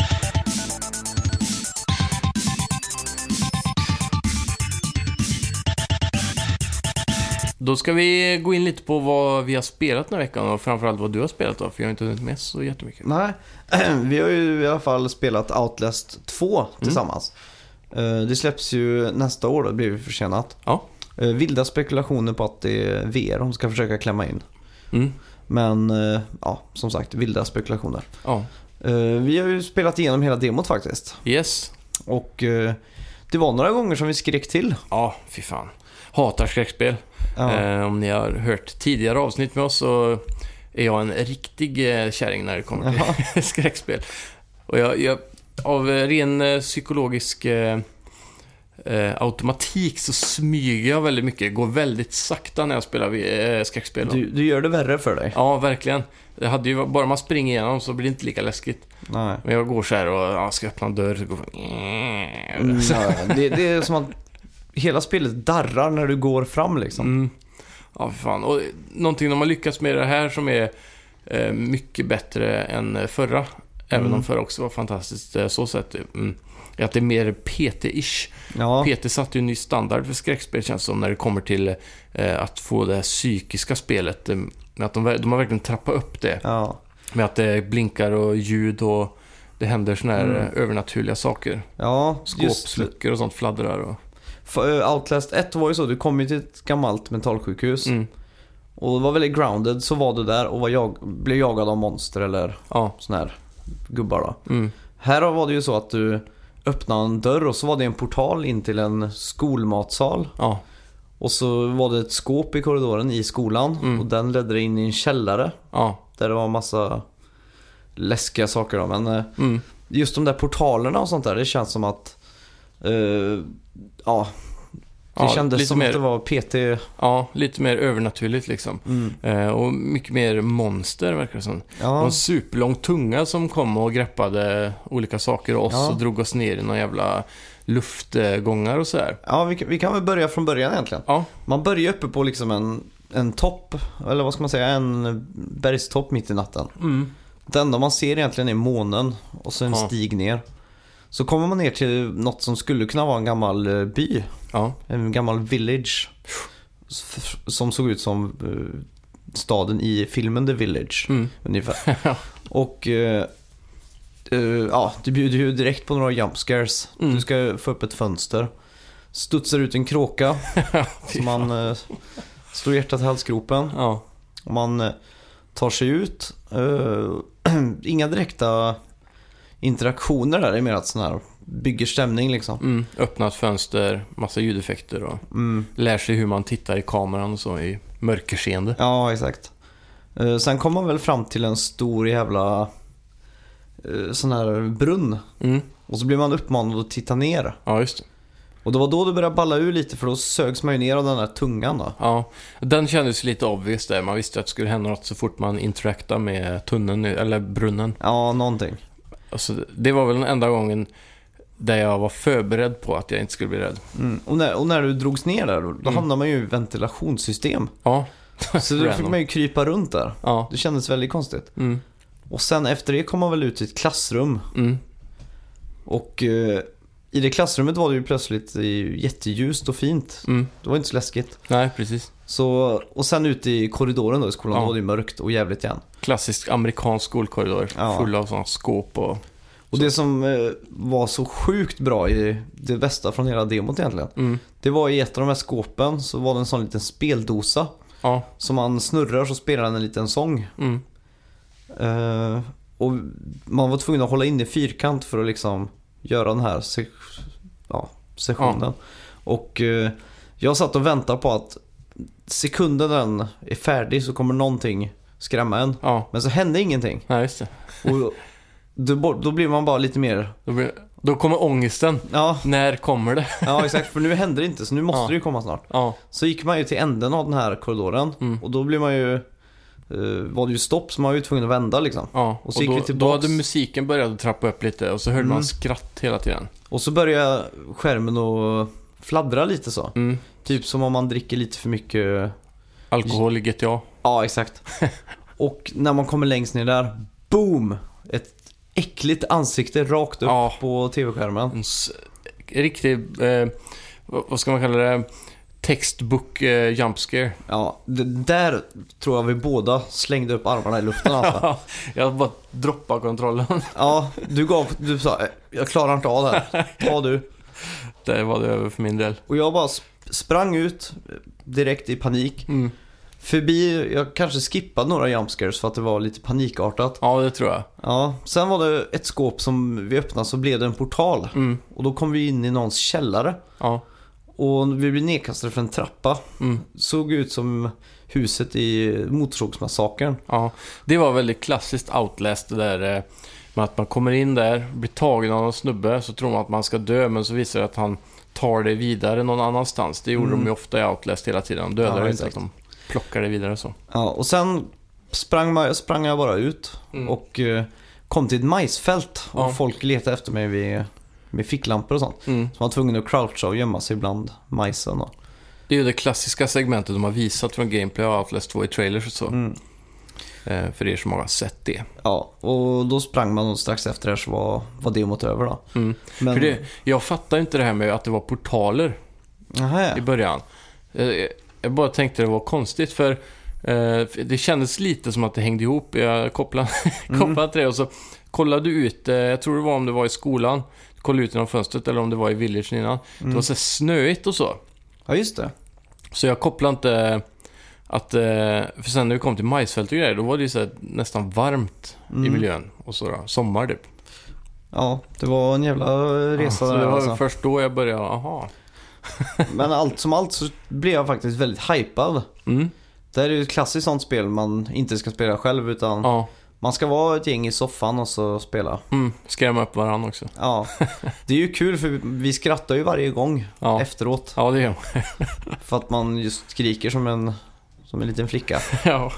S2: Då ska vi gå in lite på vad vi har spelat den här veckan och framförallt vad du har spelat då, för jag har inte hunnit med så jättemycket.
S1: Nej, vi har ju i alla fall spelat Outlast två tillsammans. Mm. Det släpps ju nästa år, då blir det försenat.
S2: Ja.
S1: Vilda spekulationer på att det är V R de ska försöka klämma in.
S2: Mm.
S1: Men ja, som sagt, vilda spekulationer.
S2: Ja.
S1: Vi har ju spelat igenom hela demot faktiskt.
S2: Yes.
S1: Och det var några gånger som vi skrek till.
S2: Ja, fy fan. Hatar skräckspel.
S1: Ja.
S2: Eh, om ni har hört tidigare avsnitt med oss så är jag en riktig eh, kärring när det kommer till skräckspel. Och jag, jag, av ren eh, psykologisk eh, eh, automatik så smyger jag väldigt mycket. Går väldigt sakta när jag spelar eh, skräckspel.
S1: Du, du gör det värre för dig.
S2: Ja, verkligen. Det hade ju, bara man springer igenom så blir det inte lika läskigt.
S1: Nej.
S2: Men jag går så här och ja, ska öppna en dörr så går
S1: mm, ja, det, det är som att hela spelet darrar när du går fram liksom.
S2: Mm. Ja, för fan. Och någonting de har lyckats med det här som är eh, mycket bättre än förra, även
S1: Mm.
S2: om förra också var fantastiskt eh, så sett, mm, är att det är mer P T-ish.
S1: Ja.
S2: P T satte ju en ny standard för skräckspel, känns som, när det kommer till eh, att få det här psykiska spelet. Eh, att de, de har verkligen trappat upp det.
S1: Ja.
S2: Med att det blinkar och ljud och det händer såna här
S1: Mm.
S2: eh, övernaturliga saker.
S1: Ja, just
S2: Skåpsluckor och sånt fladdrar. Och...
S1: för Outlast ett var ju så, du kom ju till ett gammalt mentalsjukhus.
S2: Mm.
S1: Och det var väldigt grounded, så var du där och var jag, blev jagad av monster eller
S2: Ja.
S1: sån här gubbar då.
S2: Mm.
S1: Här var det ju så att du öppnade en dörr och så var det en portal in till en skolmatsal.
S2: Ja.
S1: Och så var det ett skåp i korridoren i skolan.
S2: Mm.
S1: Och den ledde in i en källare.
S2: Ja.
S1: Där det var massa läskiga saker då. Men eh,
S2: Mm.
S1: just de där portalerna och sånt där, det känns som att eh, ja, det
S2: Ja,
S1: kändes
S2: lite
S1: som
S2: mer-
S1: att det var P T.
S2: Ja, lite mer övernaturligt liksom.
S1: Mm.
S2: Eh, och mycket mer monster verkar det som. Och
S1: Ja,
S2: en superlång tunga som kom och greppade olika saker och oss
S1: Ja.
S2: och drog oss ner i någon jävla luftgångar och så här.
S1: ja vi, kan- vi kan väl börja från början egentligen.
S2: Ja,
S1: Man börjar uppe på liksom en, en topp, eller vad ska man säga, en bergstopp mitt i natten.
S2: mm.
S1: Det enda man ser egentligen är månen och så en
S2: Ja.
S1: stig ner. Så kommer man ner till något som skulle kunna vara en gammal eh, by,
S2: Ja,
S1: en gammal village f- som såg ut som eh, staden i filmen The Village
S2: mm.
S1: ungefär.
S2: Ja.
S1: Och eh, eh, ja, det bjuder ju direkt på några jump scares.
S2: Mm.
S1: Du ska få upp ett fönster, studsar ut en kråka
S2: Fy
S1: så man eh, slår hjärtat i halsgropen.
S2: ja.
S1: Och man eh, tar sig ut. Eh, inga direkta interaktioner där, det är mer att sån här bygger stämning liksom.
S2: Mm. Öppnat fönster, massa ljudeffekter och
S1: Mm.
S2: lär sig hur man tittar i kameran och så i mörkerseende.
S1: Ja, exakt. Eh, sen kommer man väl fram till en stor jävla eh, sån här brunn.
S2: Mm.
S1: Och så blir man uppmanad att titta ner.
S2: Ja, just det.
S1: Och det var då det började balla ur lite, för då sögs man ju ner av den där tungan då.
S2: Ja, den kändes lite obvious där. Man visste att det skulle hända något så fort man interaktade med tunneln, eller brunnen.
S1: Ja, någonting.
S2: Alltså, det var väl den enda gången där jag var förberedd på att jag inte skulle bli rädd.
S1: Mm. Och, när, och när du drogs ner där, då, då
S2: Mm.
S1: hamnade man ju i ventilationssystem.
S2: Ja.
S1: Så då fick man ju krypa runt där.
S2: Ja.
S1: Det kändes väldigt konstigt.
S2: Mm.
S1: Och sen efter det kom man väl ut till ett klassrum.
S2: Mm.
S1: Och eh, i det klassrummet var det ju plötsligt eh, jätteljust och fint.
S2: Mm.
S1: Det var inte så läskigt.
S2: Nej, precis.
S1: Så, och sen ute i korridoren då i skolan,
S2: Ja.
S1: då var det ju mörkt och jävligt igen.
S2: Klassisk amerikansk skolkorridor.
S1: Ja.
S2: Full av sådana skåp och...
S1: Och det som eh, var så sjukt bra i det bästa från hela demot egentligen,
S2: Mm.
S1: det var i ett av de här skåpen så var det en sån liten speldosa.
S2: Ja.
S1: Som man snurrar så spelar den en liten sång.
S2: Mm.
S1: Eh, och man var tvungen att hålla inne fyrkant för att liksom göra den här se- ja, sessionen. Och eh, jag satt och väntade på att sekunden den är färdig så kommer någonting skrämma en.
S2: Ja.
S1: Men så hände ingenting.
S2: Nej, just det.
S1: Och då, då blir man bara lite mer...
S2: Då, blir, då kommer ångesten.
S1: Ja.
S2: När kommer det?
S1: Ja, exakt. För nu händer det inte, så nu måste ja. det ju komma snart.
S2: Ja.
S1: Så gick man ju till änden av den här korridoren. Mm. Och då blir man ju... Uh, var det ju stopp, så man var ju tvungen att vända liksom.
S2: Ja, och,
S1: och så
S2: och
S1: gick
S2: då,
S1: vi tillbaks.
S2: då hade musiken börjat trappa upp lite. Och så hörde mm. man skratt hela tiden.
S1: Och så började skärmen att fladdra lite så.
S2: Mm.
S1: Typ som om man dricker lite för mycket...
S2: Alkohol i G T A.
S1: Ja, exakt. Och när man kommer längst ner där, boom! Ett äckligt ansikte rakt upp ja. på tv-skärmen.
S2: En s- riktig, eh, vad ska man kalla det? Textbook eh, jumpscare.
S1: Ja, det där tror jag vi båda slängde upp armarna i luften alltså.
S2: Jag bara droppade kontrollen.
S1: Ja, du gav, du sa, jag klarar inte av det här. Ta du.
S2: Det var det över för min del.
S1: Och jag bara sprang ut direkt i panik.
S2: Mm.
S1: Förbi, jag kanske skippade några jumpscares för att det var lite panikartat.
S2: Ja, det tror jag.
S1: Ja, sen var det ett skåp som vi öppnade, så blev det en portal.
S2: Mm.
S1: Och då kom vi in i någons källare.
S2: Ja.
S1: Och vi blev nedkastade för en trappa.
S2: Mm.
S1: Såg ut som huset i Motorsågsmassakern.
S2: Ja, det var väldigt klassiskt Outlast det där med att man kommer in där, blir tagen av någon snubbe, så tror man att man ska dö, men så visar det att han tar det vidare någon annanstans. Det gjorde mm. de ju ofta i Outlast hela tiden. De dödar ja, inte, att de plockar det vidare så.
S1: Ja, och sen sprang, man, sprang jag bara ut mm. och eh, kom till ett majsfält. Och ja. folk letade efter mig vid, med ficklampor och sånt. Mm. Så man var tvungen att croucha och gömma sig bland majsen. Och...
S2: Det är ju det klassiska segmentet de har visat från gameplay av Outlast två i trailers och så. Mm. Eh, för er som har sett det.
S1: Ja, och då sprang man och strax efter det så var, var demot över då.
S2: Mm. Men... För det, jag fattar inte det här med att det var portaler
S1: Aha.
S2: i början. Eh, jag bara tänkte det var konstigt för eh, det kändes lite som att det hängde ihop. Jag kopplade, mm. kopplade till det och så kollade du ut, eh, jag tror det var om det var i skolan. Du kollade ut genom fönstret eller om det var i village innan. Mm. Det var så snöigt och så.
S1: Ja, just det.
S2: Så jag kopplade inte att, för sen när vi kom till majsfält och grejer, då var det ju så här nästan varmt mm. i miljön och så då, sommar typ.
S1: Ja, det var en jävla resa
S2: ja,
S1: där.
S2: Så det var
S1: alltså.
S2: först då jag började, aha.
S1: Men allt som allt så blev jag faktiskt väldigt hypad.
S2: Mm.
S1: Det är ju ett klassiskt sånt spel man inte ska spela själv, utan
S2: ja.
S1: man ska vara ett gäng i soffan och så spela.
S2: Mm, skrämma upp varandra också.
S1: Ja, det är ju kul för vi skrattar ju varje gång ja. efteråt.
S2: Ja, det gör
S1: för att man just skriker som en, som en liten flicka.
S2: Ja.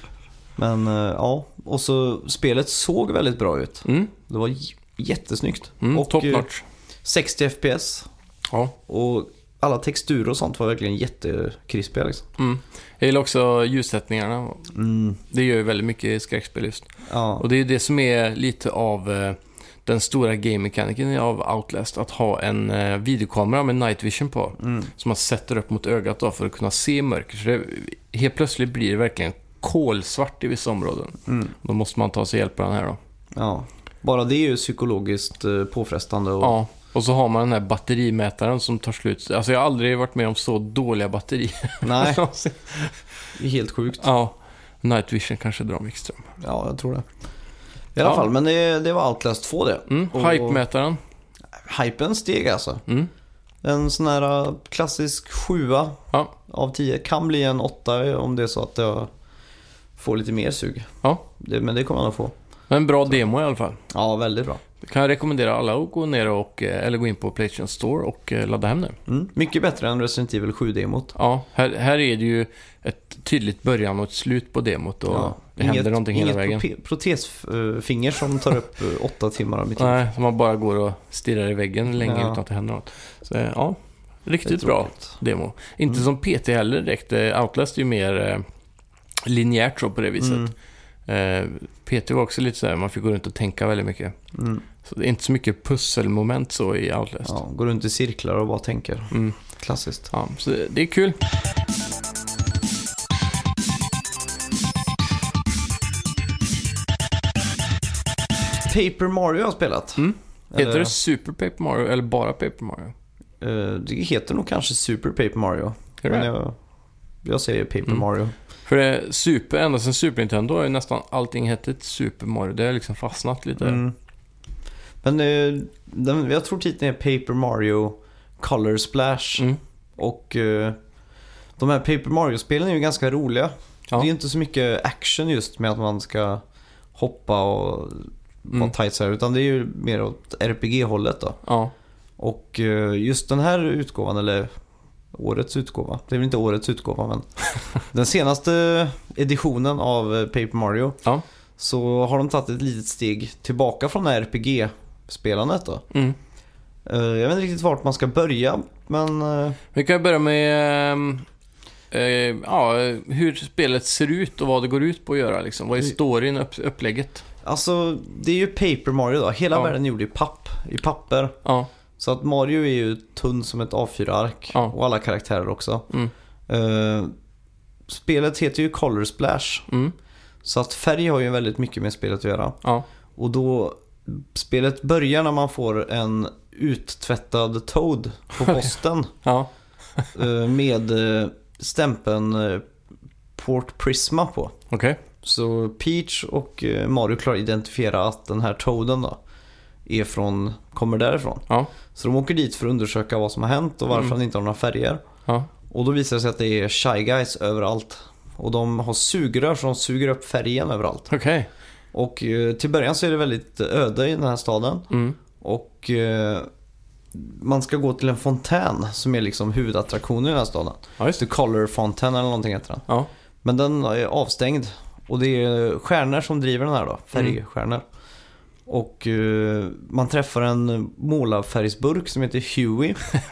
S1: Men ja, och så spelet såg väldigt bra ut. Mm. Det var j- jättesnyggt.
S2: Mm,
S1: och
S2: top notch.
S1: sextio F P S.
S2: Ja.
S1: Och alla texturer och sånt var verkligen jättekrispiga liksom.
S2: Mm. Jag gillar också ljussättningarna.
S1: Mm.
S2: Det gör ju väldigt mycket i skräckspel just.
S1: Ja.
S2: Och det är det som är lite av eh, den stora game-mekaniken av Outlast. Att ha en eh, videokamera med night vision på. Mm. Som man sätter upp mot ögat då för att kunna se mörker. Så det, helt plötsligt blir det verkligen kolsvart i vissa områden. Mm. Då måste man ta sig hjälp av den här då.
S1: Ja, bara det är ju psykologiskt eh, påfrestande. Och...
S2: Ja. Och så har man den här batterimätaren som tar slut. Alltså jag har aldrig varit med om så dåliga batterier.
S1: Nej, det är helt sjukt.
S2: Ja, Night Vision kanske drar mycket ström.
S1: Ja, jag tror det. I alla ja. fall, men det, det var Outlast två det.
S2: Mm, och... Hype-mätaren.
S1: Hypen steg alltså.
S2: Mm.
S1: En sån här klassisk sjua
S2: ja.
S1: av tio kan bli en åtta om det är så att jag får lite mer sug.
S2: Ja.
S1: Det, men det kommer man att få.
S2: Men en bra demo i alla fall.
S1: Ja, väldigt bra.
S2: Kan jag rekommendera alla att gå ner och eller gå in på PlayStation Store och ladda hem det.
S1: Mm, mycket bättre än Resident Evil sju-demot.
S2: Ja, här, här är det ju ett tydligt början och ett slut på demot och ja, det
S1: inget,
S2: händer någonting hela vägen.
S1: Inget protesfinger som tar upp åtta timmar av mitt liv.
S2: Nej, som man bara går och stirrar i väggen länge ja. utan att det händer något. Så ja, riktigt bra demo. Inte mm. som P T heller direkt. Outlast är ju mer eh, linjärt så på det viset. Mm. Eh, P T var också lite så här, man fick gå runt och tänka väldigt mycket. Mm. Så det är inte så mycket pusselmoment så i Outlast.
S1: Ja, går runt i cirklar och bara tänker. Mm. Klassiskt.
S2: Ja, så det, det är kul.
S1: Paper Mario har jag spelat.
S2: Mm. Heter eller... det Super Paper Mario eller bara Paper Mario?
S1: Uh, det heter nog kanske Super Paper Mario.
S2: Är
S1: men jag, jag säger Paper mm. Mario.
S2: För det, Super, ända sedan Super Nintendo är nästan allting heter Super Mario. Det har liksom fastnat lite.
S1: Mm. Men uh, den, jag tror titeln är Paper Mario Color Splash. Mm. Och uh, de här Paper Mario-spelen är ju ganska roliga. Ja. Det är inte så mycket action just med att man ska hoppa och vara mm. tight så här, utan det är ju mer åt R P G-hållet då.
S2: Ja.
S1: Och just den här utgåvan, eller årets utgåva, det är väl inte årets utgåva, men den senaste editionen av Paper Mario,
S2: ja.
S1: så har de tagit ett litet steg tillbaka från det här R P G-spelandet då.
S2: Mm.
S1: Jag vet inte riktigt vart man ska börja, men...
S2: Vi kan börja med äh, äh, ja, hur spelet ser ut och vad det går ut på att göra. Liksom. Vad är storyn, upp, upplägget?
S1: Alltså, det är ju Paper Mario då. Hela ja. världen gjord i papp, i papper.
S2: Ja.
S1: Så att Mario är ju tunn som ett A fyra ark. Ja. Och alla karaktärer också.
S2: Mm.
S1: Uh, spelet heter ju Color Splash.
S2: Mm.
S1: Så att färg har ju väldigt mycket med spelet att göra.
S2: Ja.
S1: Och då... Spelet börjar när man får en uttvättad Toad på posten.
S2: Ja.
S1: Med stämpeln Port Prisma på.
S2: Okej. Okay.
S1: Så Peach och Mario klarar att identifiera att den här Toaden då är från, kommer därifrån.
S2: Ja.
S1: Så de åker dit för att undersöka vad som har hänt och varför mm. han inte har några färger.
S2: Ja.
S1: Och då visar det sig att det är Shy Guys överallt. Och de har sugrör så de suger upp färgen överallt.
S2: Okej. Okay.
S1: Och eh, till början så är det väldigt öde i den här staden.
S2: Mm.
S1: Och eh, man ska gå till en fontän som är liksom huvudattraktionen i den här staden.
S2: Ja,
S1: The Color Fountain eller någonting heter den.
S2: Ja.
S1: Men den är avstängd. Och det är stjärnor som driver den här då. Färgstjärnor. Mm. Och eh, man träffar en målarfärgsburk som heter Huey.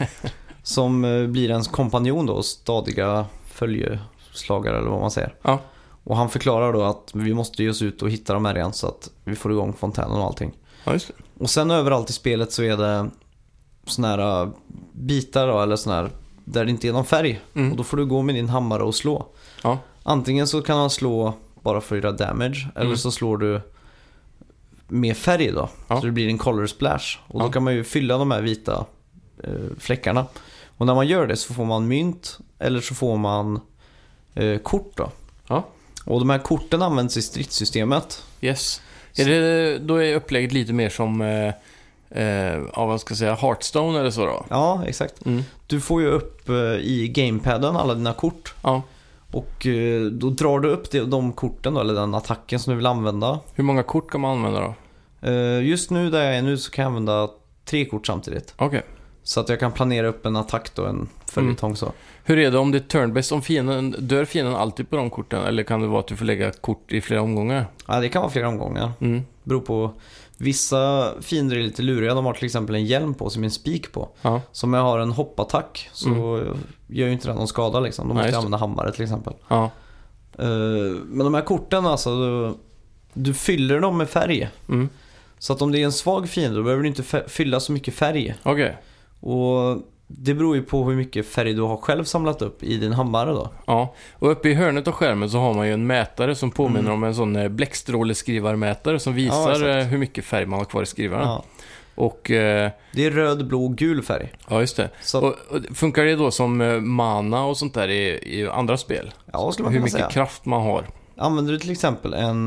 S1: Som eh, blir ens kompanjon då. Stadiga följeslagare eller vad man säger.
S2: Ja.
S1: Och han förklarar då att vi måste ge oss ut och hitta de här igen så att vi får igång fontänen och allting.
S2: Ja, just det.
S1: Och sen överallt i spelet så är det såna här bitar då, eller såna här där det inte är någon färg. Mm. Och då får du gå med din hammare och slå.
S2: Ja.
S1: Antingen så kan han slå bara för att göra damage, eller mm. så slår du med färg då.
S2: Ja.
S1: Så det blir en color splash. Och
S2: ja.
S1: då kan man ju fylla de här vita eh, fläckarna. Och när man gör det så får man mynt, eller så får man eh, kort då.
S2: Ja.
S1: Och de här korten används i stridssystemet.
S2: Yes. Är det, då är upplägget lite mer som eh, eh, ja, vad ska jag säga, Hearthstone eller så då?
S1: Ja, exakt.
S2: Mm.
S1: Du får ju upp eh, i gamepaden alla dina kort.
S2: Ja.
S1: Och eh, då drar du upp det, de korten då, eller den attacken som du vill använda.
S2: Hur många kort kan man använda då?
S1: Eh, just nu där jag är nu så kan jag använda tre kort samtidigt.
S2: Okej. Okay.
S1: Så att jag kan planera upp en attack då, en följetong mm. så.
S2: Hur är det om det är turn-based? Om fienden, dör fienden alltid på de korten? Eller kan det vara att du får lägga kort i flera omgångar?
S1: Ja, det kan vara flera omgångar.
S2: Mm.
S1: Beror på. Vissa fiender är lite luriga. De har till exempel en hjälm på sig med en spik på.
S2: Ja.
S1: Så om jag har en hoppattack så mm. gör ju inte den någon skada liksom. De måste ja, använda hammare till exempel.
S2: Ja.
S1: Uh, men de här korten alltså, du, du fyller dem med färg.
S2: Mm.
S1: Så att om det är en svag fiende då behöver du inte f- fylla så mycket färg.
S2: Okej. Okay.
S1: Och det beror ju på hur mycket färg du har själv samlat upp i din hammare då.
S2: Ja, och uppe i hörnet av skärmen så har man ju en mätare som påminner mm. om en sån bläckstråleskrivarmätare som visar ja, hur mycket färg man har kvar i skrivaren. Ja. Och, eh,
S1: det är röd, blå och gul färg.
S2: Ja, just det. Så... Och, och funkar det då som mana och sånt där i, i andra spel?
S1: Ja, skulle man
S2: hur
S1: kunna
S2: mycket
S1: säga.
S2: kraft man har?
S1: Använder du till exempel en,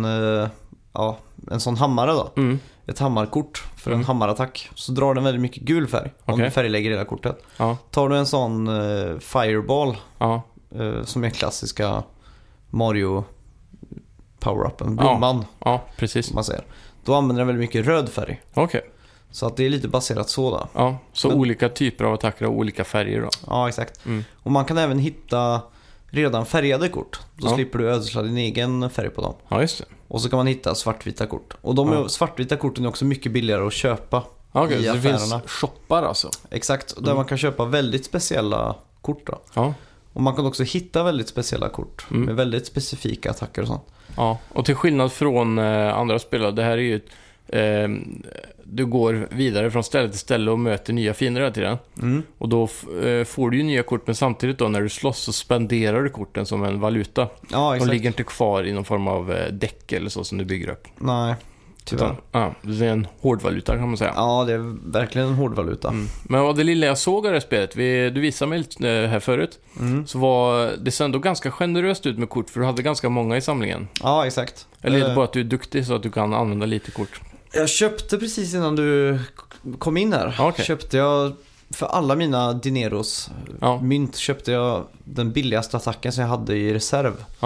S1: ja, en sån hammare då?
S2: Mm.
S1: Ett hammarkort för
S2: mm.
S1: en hammarattack, så drar den väldigt mycket gul färg om
S2: okay.
S1: du färglägger hela kortet.
S2: Ja.
S1: Tar du en sån uh, fireball
S2: ja.
S1: uh, som är klassiska Mario power-upen, blomman.
S2: Ja. ja, precis.
S1: Man säger. Då använder den väldigt mycket röd färg.
S2: Okej. Okay.
S1: Så att det är lite baserat så då.
S2: Ja, så Men... olika typer av attacker och olika färger då.
S1: Ja, exakt.
S2: Mm.
S1: Och man kan även hitta redan färgade kort. Då
S2: ja.
S1: slipper du ödsla din egen färg på dem.
S2: Ja, just det.
S1: Och så kan man hitta svartvita kort. Och de
S2: ja.
S1: är, svartvita korten är också mycket billigare att köpa
S2: okay,
S1: i
S2: så
S1: affärerna.
S2: Det finns shoppar alltså?
S1: Exakt, där
S2: mm.
S1: man kan köpa väldigt speciella kort då.
S2: Ja.
S1: Och man kan också hitta väldigt speciella kort mm. med väldigt specifika attacker och sånt.
S2: Ja, och till skillnad från eh, andra spelare, det här är ju ett, eh, du går vidare från ställe till ställe och möter nya fiender hela tiden.
S1: Mm.
S2: Och då f- eh, får du ju nya kort, men samtidigt då när du slåss så spenderar du korten som en valuta.
S1: Ja, exakt.
S2: De ligger inte kvar i någon form av eh, däck eller så som du bygger upp.
S1: Nej, tyvärr.
S2: Utan, ja, det är en hårdvaluta kan man säga.
S1: Ja, det är verkligen en hårdvaluta.
S2: Mm. Men vad det lilla jag såg av det här spelet, vi, du visade mig lite här förut,
S1: mm.
S2: så var det ser ändå ganska generöst ut med kort, för du hade ganska många i samlingen.
S1: Ja, exakt.
S2: Eller är det bara att du är duktig så att du kan använda lite kort?
S1: Jag köpte precis innan du kom in här.
S2: Okay.
S1: Köpte jag för alla mina dineros
S2: ja.
S1: mynt köpte jag den billigaste attacken som jag hade i reserv.
S2: Ja.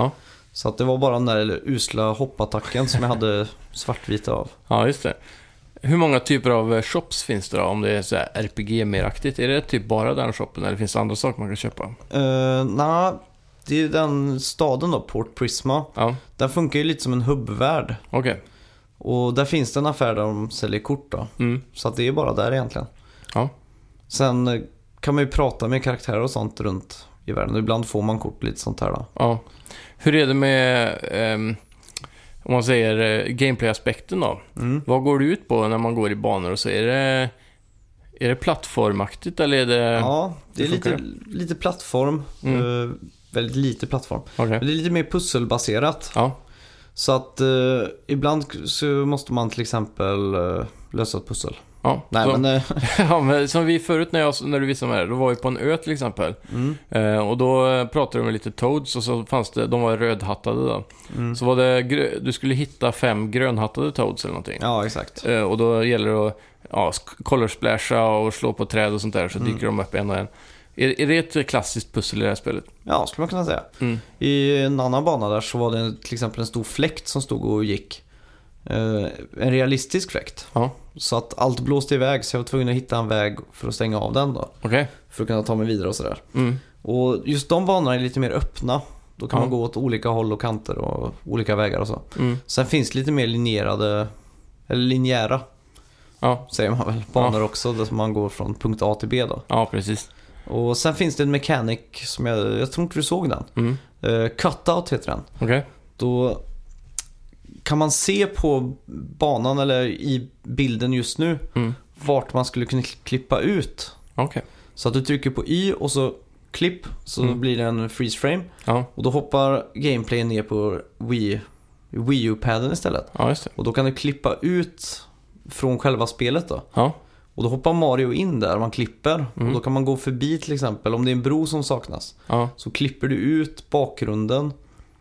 S1: Så att det var bara den där usla hoppattacken som jag hade svartvita av.
S2: Ja, just det. Hur många typer av shops finns det då? Om det är så här R P G-meraktigt, är det typ bara den shoppen eller finns det andra saker man kan köpa?
S1: Uh, Nej, det är den staden då, Port Prisma.
S2: Ja.
S1: Den funkar ju lite som en hubbvärld.
S2: Okej. Okay.
S1: Och där finns det en affär där de säljer kort då. Mm. Så att det är bara där egentligen.
S2: Ja.
S1: Sen kan man ju prata med karaktärer och sånt runt i världen. Ibland får man kort lite sånt här då.
S2: Ja. Hur är det med... Um... Om man säger uh, gameplay-aspekten då. Mm. Vad går det ut på när man går i banor och så? Är det, är det plattformaktigt eller är det...
S1: Ja, det är lite, det? lite plattform. Mm. Uh, väldigt lite plattform. Okay. Men det är lite mer pusselbaserat. Ja. Så att uh, ibland så måste man till exempel uh, lösa ett pussel.
S2: Ja,
S1: Nej,
S2: så,
S1: men,
S2: ja, men som vi förut när, jag, när du visade mig det, då var vi på en ö till exempel. Mm. Eh, och då pratade de med lite toads och så fanns det, de var rödhattade då. Mm. Så var det, du skulle hitta fem grönhattade toads eller någonting.
S1: Ja, exakt.
S2: Eh, och då gäller det att ja, colorsplasha och slå på träd och sånt där så mm. dyker de upp en och en. Är, är det ett klassiskt pussel i det här spelet?
S1: Ja, skulle man kunna säga. Mm. I en annan bana där så var det till exempel en stor fläkt som stod och gick. Uh, en realistisk fläkt. Ja. Så att allt blåste iväg så jag var tvungen att hitta en väg för att stänga av den då.
S2: Okay.
S1: För att kunna ta mig vidare och sådär. Mm. Och just de banorna är lite mer öppna. Då kan ja. man gå åt olika håll och kanter och olika vägar och så. Mm. Sen finns det lite mer linjerade eller linjära ja. säger man väl, banor ja. också där man går från punkt A till B då.
S2: Ja, precis.
S1: Och sen finns det en mechanic som jag, jag tror inte du såg den. Mm. Uh, cutout heter den.
S2: Okay.
S1: Då kan man se på banan eller i bilden just nu mm. vart man skulle kunna klippa ut.
S2: Okay.
S1: Så att du trycker på Y och så klipp så mm. blir det en freeze frame.
S2: Ja.
S1: Och då hoppar gameplay ner på Wii, Wii U-padden istället.
S2: Ja, just det.
S1: Och då kan du klippa ut från själva spelet då.
S2: Ja.
S1: Och då hoppar Mario in där man klipper. Mm. Och då kan man gå förbi till exempel om det är en bro som saknas. Ja. Så klipper du ut bakgrunden.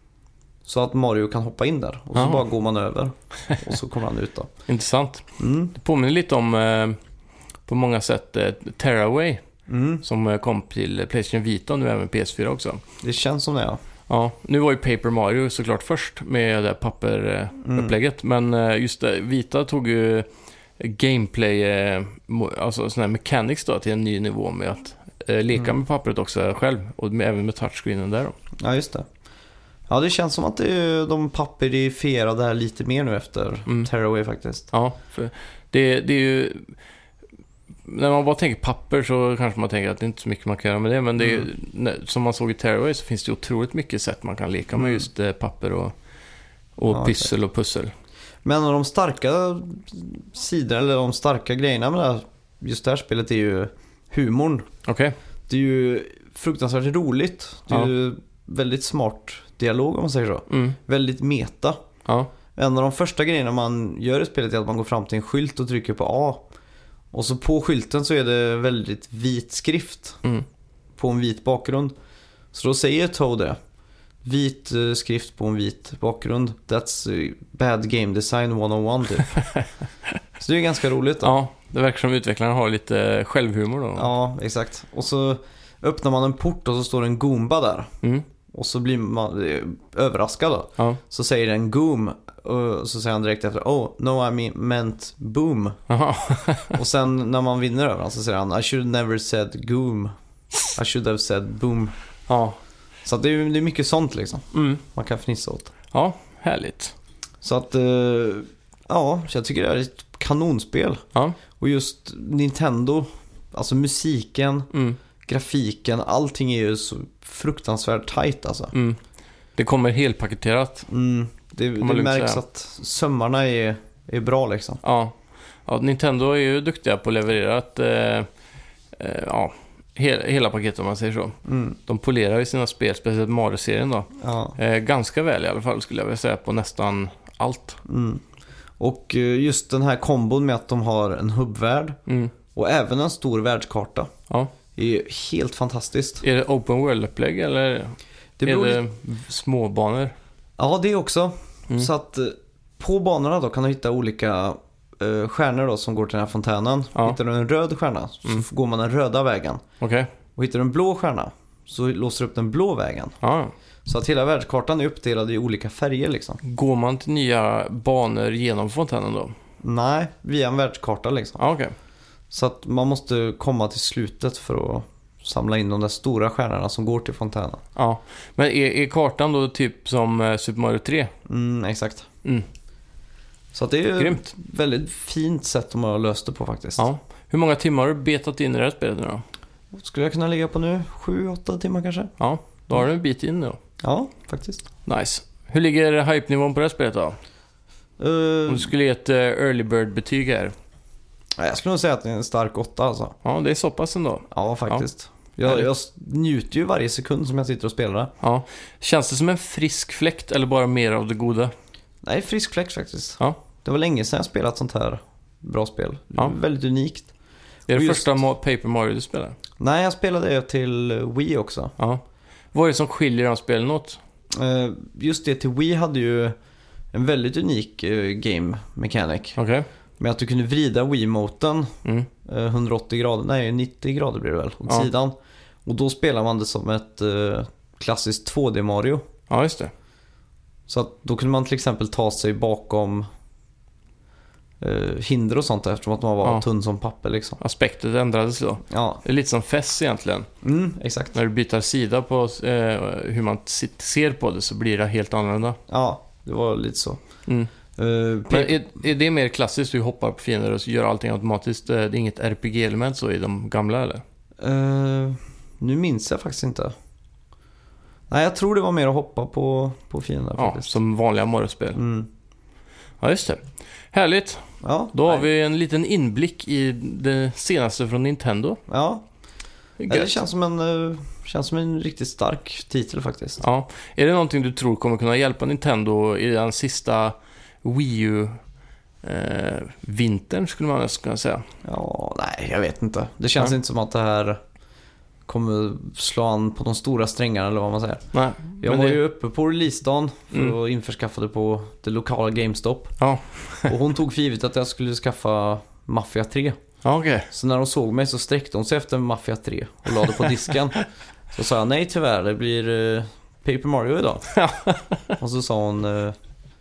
S1: Så att Mario kan hoppa in där. Och så Aha. bara går man över. Och så kommer han ut då.
S2: Intressant.
S1: Mm.
S2: Det påminner lite om eh, på många sätt eh, Terraway. Mm. Som eh, kom till PlayStation Vita och nu även P S fyra också.
S1: Det känns som det, ja.
S2: Ja, nu var ju Paper Mario såklart först med det papperupplägget. Eh, mm. Men eh, just det, Vita tog ju gameplay, eh, alltså sån här mechanics då, till en ny nivå med att eh, leka mm. med pappret också själv. Och med, även med touchscreenen där då.
S1: Ja, just det. Ja, det känns som att det är, de papperifierar det här lite mer nu efter mm. Terraway faktiskt.
S2: Ja, för det, det är ju... När man bara tänker papper så kanske man tänker att det är inte så mycket man kan göra med det. Men det är, mm. som man såg i Terraway så finns det otroligt mycket sätt man kan leka med mm. just papper och, och ja, pyssel okay. och pussel.
S1: Men en av de starka sidorna, eller de starka grejerna med det här, just det här spelet är ju humorn.
S2: Okej. Okay.
S1: Det är ju fruktansvärt roligt. Det är ja. ju väldigt smart dialog om man säger så. Mm. Väldigt meta.
S2: Ja.
S1: En av de första grejerna man gör i spelet är att man går fram till en skylt och trycker på A. Och så på skylten så är det väldigt vit skrift. Mm. På en vit bakgrund. Så då säger Toad det. Vit uh, skrift på en vit bakgrund. That's uh, bad game design one oh one typ. Så det är ganska roligt då.
S2: Ja, det verkar som utvecklarna har lite självhumor då.
S1: Ja, exakt. Och så öppnar man en port och så står det en Goomba där. Mm. Och så blir man överraskad då. Ja. Så säger den Goom. Och så säger han direkt efter, oh, no I mean, meant boom. Och sen när man vinner över honom så säger han, I should never said Goom. I should have said boom.
S2: Ja.
S1: Så att det, är, det är mycket sånt liksom.
S2: Mm.
S1: Man kan fnissa åt.
S2: Ja, härligt.
S1: Så att, uh, ja, så jag tycker det är ett kanonspel.
S2: Ja.
S1: Och just Nintendo, alltså musiken, mm. grafiken, allting är ju så fruktansvärt tight alltså.
S2: Mm. Det kommer helpaketerat.
S1: Mm. Det, det märks att sömmarna är, är bra liksom.
S2: Ja. Ja, Nintendo är ju duktiga på att leverera ett, eh, eh, ja, he, hela paketet om man säger så. Mm. De polerar ju sina spel, speciellt Mario-serien då.
S1: Ja.
S2: Eh, ganska väl i alla fall skulle jag vilja säga på nästan allt.
S1: Mm. Och just den här kombon med att de har en hubbvärld mm. och även en stor världskarta.
S2: Ja.
S1: är helt fantastiskt.
S2: Är det open world-upplägg eller det är det små banor? Ja,
S1: det också. Mm. Så att på banorna då kan du hitta olika uh, stjärnor då som går till den här fontänen. Ja. Hittar du en röd stjärna så mm. går man den röda vägen.
S2: Okay.
S1: Och hittar du en blå stjärna så låser upp den blå vägen.
S2: Ja.
S1: Så att hela världskartan är uppdelad i olika färger liksom.
S2: Går man till nya banor genom fontänen då?
S1: Nej, via en världskarta liksom.
S2: Ja, okej. Okay.
S1: Så att man måste komma till slutet för att samla in de där stora stjärnorna som går till fontänen.
S2: Ja, men är, är kartan då typ som Super Mario tre?
S1: Mm, exakt.
S2: Mm.
S1: Så att det är ju
S2: Grymt.
S1: ett väldigt fint sätt de har löst det på faktiskt.
S2: Ja. Hur många timmar har du betat in i det här spelet nu då?
S1: Skulle jag kunna ligga på nu? Sju, åtta timmar kanske?
S2: Ja, då har du en bit in då.
S1: Ja, faktiskt.
S2: Nice. Hur ligger hype-nivån på det här spelet då?
S1: Uh,
S2: Om du skulle ge ett uh, early bird-betyg här.
S1: Jag skulle nog säga att det är en stark åtta alltså.
S2: Ja, det är så pass ändå.
S1: Ja, faktiskt. Ja. Jag, jag njuter ju varje sekund som jag sitter och spelar det.
S2: Ja. Känns det som en frisk fläkt eller bara mer av det goda?
S1: Nej, frisk fläkt faktiskt.
S2: Ja.
S1: Det var länge sedan jag spelat sånt här bra spel.
S2: Ja.
S1: Väldigt unikt.
S2: Är det
S1: just...
S2: första Paper Mario du spelar?
S1: Nej, jag spelade det till Wii också.
S2: Ja. Vad är det som skiljer de spelen åt?
S1: Uh, just det, till Wii hade ju en väldigt unik uh, game mechanic.
S2: Okej. Okay.
S1: Med att du kunde vrida Wii-moten
S2: mm.
S1: uh, hundraåttio grader, nej nittio grader blir det väl, åt
S2: ja. sidan.
S1: Och då spelar man det som ett uh, klassiskt två D Mario.
S2: Ja, just det.
S1: Så att då kunde man till exempel ta sig bakom uh, hinder och sånt eftersom att man var ja. tunn som papper liksom.
S2: Aspektet ändrades då.
S1: Ja.
S2: Det är lite som Fess egentligen.
S1: Mm, exakt.
S2: När du byter sida på eh, hur man ser på det så blir det helt annorlunda.
S1: Ja, det var lite så.
S2: Mm. Uh, Men är, är det mer klassiskt? Du hoppar på fiender och gör allting automatiskt? Det är inget R P G-element så i de gamla eller?
S1: Uh, nu minns jag faktiskt inte. Nej, jag tror det var mer att hoppa på, på fiender
S2: ja,
S1: faktiskt.
S2: Som vanliga Mario-spel.
S1: Mm.
S2: Ja, just det. Härligt.
S1: Ja,
S2: Då
S1: nej.
S2: har vi en liten inblick i det senaste från Nintendo.
S1: Ja, det, det känns, som en, uh, känns som en riktigt stark titel faktiskt.
S2: Ja. Är det någonting du tror kommer kunna hjälpa Nintendo i den sista Wii U eh, vintern skulle man nästan kunna säga?
S1: Ja, nej, jag vet inte. Det känns
S2: ja.
S1: inte som att det här kommer slå an på de stora strängarna eller vad man säger.
S2: Nej,
S1: jag var
S2: det...
S1: ju uppe på releasedagen för
S2: mm.
S1: att införskaffa det på det lokala GameStop.
S2: Ja.
S1: Och hon tog för givet att jag skulle skaffa Mafia tre.
S2: Ja, okay.
S1: Så när hon såg mig så sträckte hon sig efter Mafia tre och lade på disken. Så sa jag, nej tyvärr, det blir uh, Paper Mario idag. Och så sa hon, uh,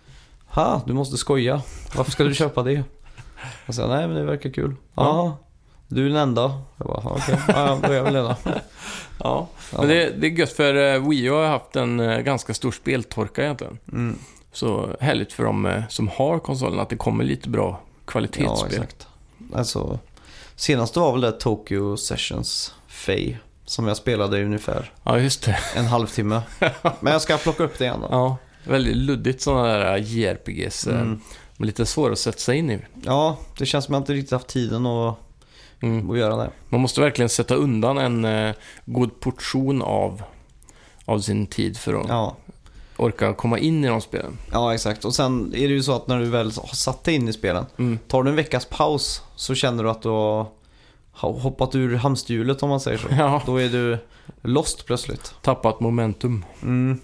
S1: ha, du måste skoja. Varför ska du köpa det? Jag sa, nej men det verkar kul. Ja, ah, du är den enda. Jag bara, okej, okay. ah, då är jag väl den.
S2: Ja, men det, det är gött för uh, Wii U har haft en uh, ganska stor speltorka egentligen.
S1: Mm.
S2: Så härligt för dem uh, som har konsolen att det kommer lite bra kvalitetsspel.
S1: Ja, exakt. Alltså, senast var väl det Tokyo Sessions Faye som jag spelade i ungefär
S2: ja, just det.
S1: en halvtimme. Men jag ska plocka upp det igen då.
S2: Ja, väldigt luddigt sådana där J R P Gs. Mm. Men lite svårt att sätta sig in i.
S1: Ja, det känns som att jag inte riktigt haft tiden att, mm. att göra det.
S2: Man måste verkligen sätta undan en uh, god portion av, av sin tid för att
S1: ja.
S2: orka komma in i de spelen.
S1: Ja, exakt. Och sen är det ju så att när du väl har satt dig in i spelen, mm. tar du en veckas paus så känner du att du har hoppat ur hamsterhjulet om man säger så.
S2: Ja.
S1: Då är du lost plötsligt.
S2: Tappat momentum.
S1: Mm.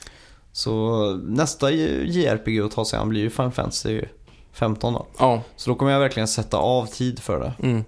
S1: Så nästa J R P G att ta sig an blir ju Final Fantasy femton då.
S2: Ja.
S1: Så då kommer jag verkligen sätta av tid för det.
S2: Mm.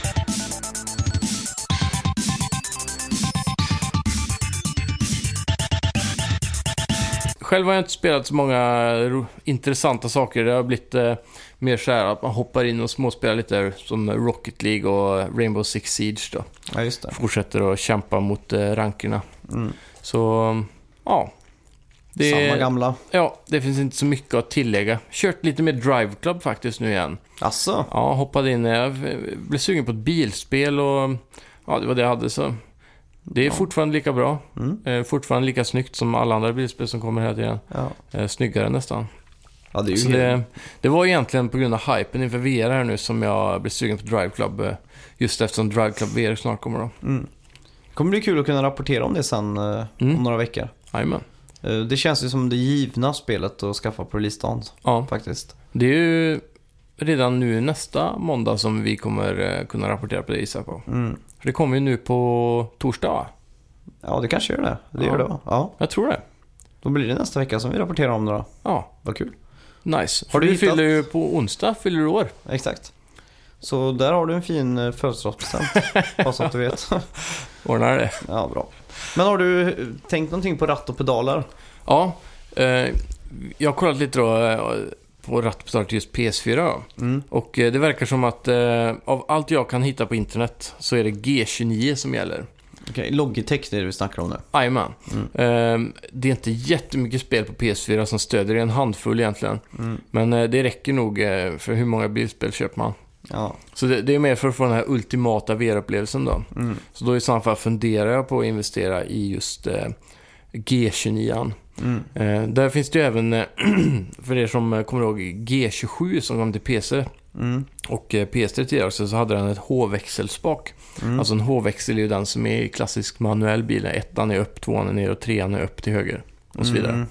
S2: Själv har jag inte spelat så många ro- intressanta saker. Det har blivit eh, mer så här att man hoppar in och småspelar lite där, som Rocket League och Rainbow Six Siege då.
S1: Ja, just det.
S2: Fortsätter att kämpa mot eh, rankerna.
S1: Mm.
S2: Så, ja. Det,
S1: Samma gamla.
S2: Ja, det finns inte så mycket att tillägga. Kört lite med Drive Club faktiskt nu igen.
S1: Asså?
S2: Ja, hoppade in. Jag blev sugen på ett bilspel och ja, det var det jag hade så. Det är ja. fortfarande lika bra. Mm. Eh, fortfarande lika snyggt som alla andra bilspel som kommer här tiden.
S1: Ja.
S2: Eh, snyggare nästan.
S1: Ja, det, är ju
S2: så det, det var egentligen på grund av hypen inför V R här nu som jag blev sugen på Drive Club. Eh, just eftersom Drive Club V R snart kommer då.
S1: Mm. Det kommer bli kul att kunna rapportera om det sen eh, mm. om några veckor.
S2: Jajamän.
S1: Eh, det känns ju som det givna spelet att skaffa på releasedagen.
S2: Ja.
S1: Faktiskt.
S2: Det är ju redan nu nästa måndag som vi kommer eh, kunna rapportera på det gissar på.
S1: Mm.
S2: För det kommer ju nu på torsdag va?
S1: Ja, det kanske gör det. Det
S2: ja.
S1: gör det va? Ja.
S2: Jag tror det.
S1: Då blir det nästa vecka som vi rapporterar om det då.
S2: Ja.
S1: Vad kul.
S2: Nice.
S1: Har du
S2: du
S1: hittat...
S2: fyller ju på onsdag, fyller du år.
S1: Exakt. Så där har du en fin födelsedagspresent. Bara så att du vet.
S2: Ordnar det.
S1: Ja, bra. Men har du tänkt någonting på ratt och pedaler?
S2: Ja, eh, jag har kollat lite då eh, på ratt och pedaler till just P S fyra. Mm. Och eh, det verkar som att eh, av allt jag kan hitta på internet så är det G tjugonio som gäller.
S1: Okej, okay, Logitech det är det vi snackar om nu.
S2: Jajamän. Mm. Eh, det är inte jättemycket spel på P S fyra som stöder, det är en handfull egentligen. Mm. Men eh, det räcker nog eh, för hur många bilspel köper man. Ja. Så det, det är mer för att få den här ultimata V R-upplevelsen då. Mm. Så då i så fall funderar jag på att investera i just eh, G tjugonio. Mm. Eh, där finns det ju även, eh, för er som kommer ihåg G tjugosju som kom till P C mm. och eh, P S tre tidigare också, så hade den ett H-växelspak. Mm. Alltså en H-växel är ju den som är i klassisk manuell bil. Ettan är upp, tvåan är ner och trean är upp till höger och så vidare. Mm.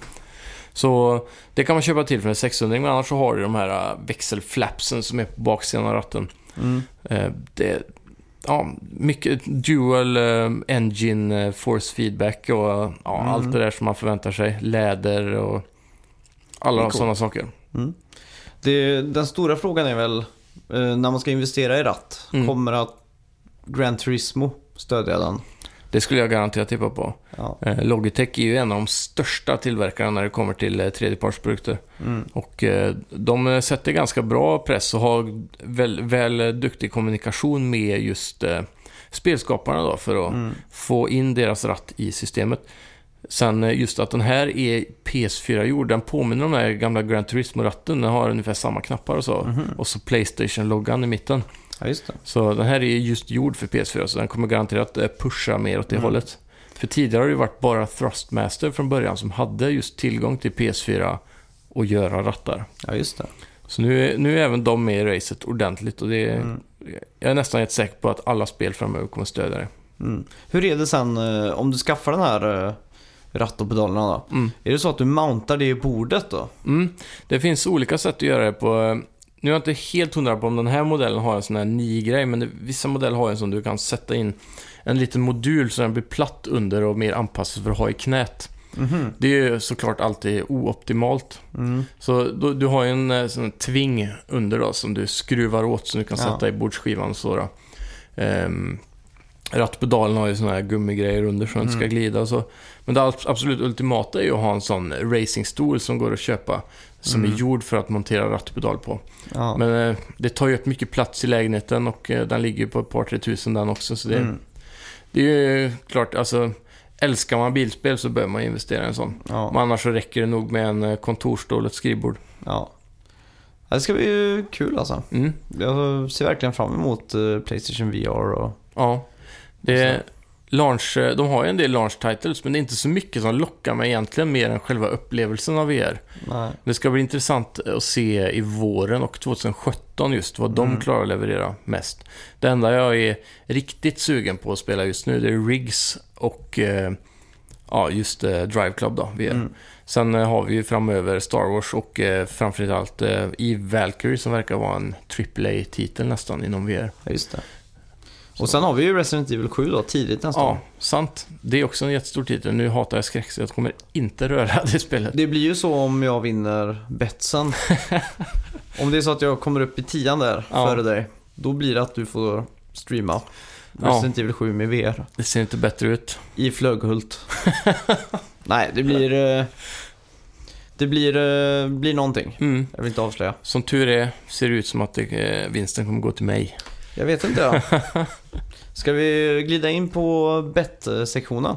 S2: Så det kan man köpa till för en sexhundra, men annars så har du de här växelflapsen som är på baksidan av ratten. Mm. Eh, det ja, mycket dual uh, engine uh, force feedback och ja, mm. allt det där som man förväntar sig. Läder och alla cool. sådana saker. Mm.
S1: Det, den stora frågan är väl uh, när man ska investera i ratt, mm. kommer att Gran Turismo stödja den?
S2: Det skulle jag garanterat tippa på. Ja. Eh, Logitech är ju en av de största tillverkarna när det kommer till eh, tredjepartsprodukter. Mm. Och eh, de sätter ganska bra press och har väl, väl duktig kommunikation med just eh, spelskaparna då, för att mm. få in deras ratt i systemet. Sen eh, just att den här är P S fyra-gjord, den påminner om den här gamla Gran Turismo-ratten. Den har ungefär samma knappar och så. Mm. Och så PlayStation-loggan i mitten.
S1: Ja, just det.
S2: Så den här är just gjord för P S fyra, så den kommer garanterat pusha mer åt det mm. hållet. För tidigare har det ju varit bara Thrustmaster från början som hade just tillgång till P S fyra och göra rattar.
S1: Ja, just det.
S2: Så nu, nu är även de med i racet ordentligt och det är, mm. jag är nästan helt säker på att alla spel framöver kommer stödja det.
S1: Mm. Hur är det sen om du skaffar den här ratt och pedalerna då? Mm. Är det så att du mountar det i bordet då?
S2: Mm. Det finns olika sätt att göra det på. Nu är jag inte helt hundra på om den här modellen har en sån här nio-grej, men det, vissa modeller har en sån du kan sätta in en liten modul så den blir platt under och mer anpassad för att ha i knät. Mm-hmm. Det är ju såklart alltid ooptimalt. Mm. Så då, du har ju en sån tving under då, som du skruvar åt så du kan ja. sätta i bordsskivan och så då. Um, Rattpedalen har ju såna här gummigrejer under så den mm. ska glida och så. Men det absolut ultimata är ju att ha en sån racingstol som går att köpa, som mm. är gjord för att montera rattpedal på. Ja. Men eh, det tar ju upp mycket plats i lägenheten och eh, den ligger på ett par tre tusen den också. Så det, mm. det är ju klart, alltså älskar man bilspel så bör man investera i en sån. Ja. Men annars så räcker det nog med en kontorstol och ett skrivbord.
S1: Ja. Det ska bli ju kul alltså. Mm. Jag ser verkligen fram emot uh, PlayStation V R och...
S2: Ja, det launch, de har ju en del launch titles, men det är inte så mycket som lockar mig egentligen mer än själva upplevelsen av V R. Nej. Det ska bli intressant att se i våren och tjugohundrasjutton just vad mm. de klarar att leverera mest. Det enda jag är riktigt sugen på att spela just nu, det är Riggs och eh, ja, just eh, Drive Club då, V R. Mm. Sen eh, har vi ju framöver Star Wars och eh, framförallt eh, Eve Valkyrie som verkar vara en triple A-titel nästan inom V R.
S1: Ja, just det. Och sen har vi ju Resident Evil sju då, tidigt nästan.
S2: Ja, sant. Det är också en jättestor titel. Nu hatar jag skräck så jag kommer inte röra det spelet.
S1: Det blir ju så om jag vinner betsen. Om det är så att jag kommer upp i tian där ja. före dig, då blir det att du får streama Resident ja. Evil sju med V R.
S2: Det ser inte bättre ut.
S1: I Flöghult. Nej, det blir... Det blir, blir någonting. Mm. Jag vill inte avslöja.
S2: Som tur är ser det ut som att det, vinsten kommer gå till mig.
S1: Jag vet inte då. Ska vi glida in på bet-sektionen?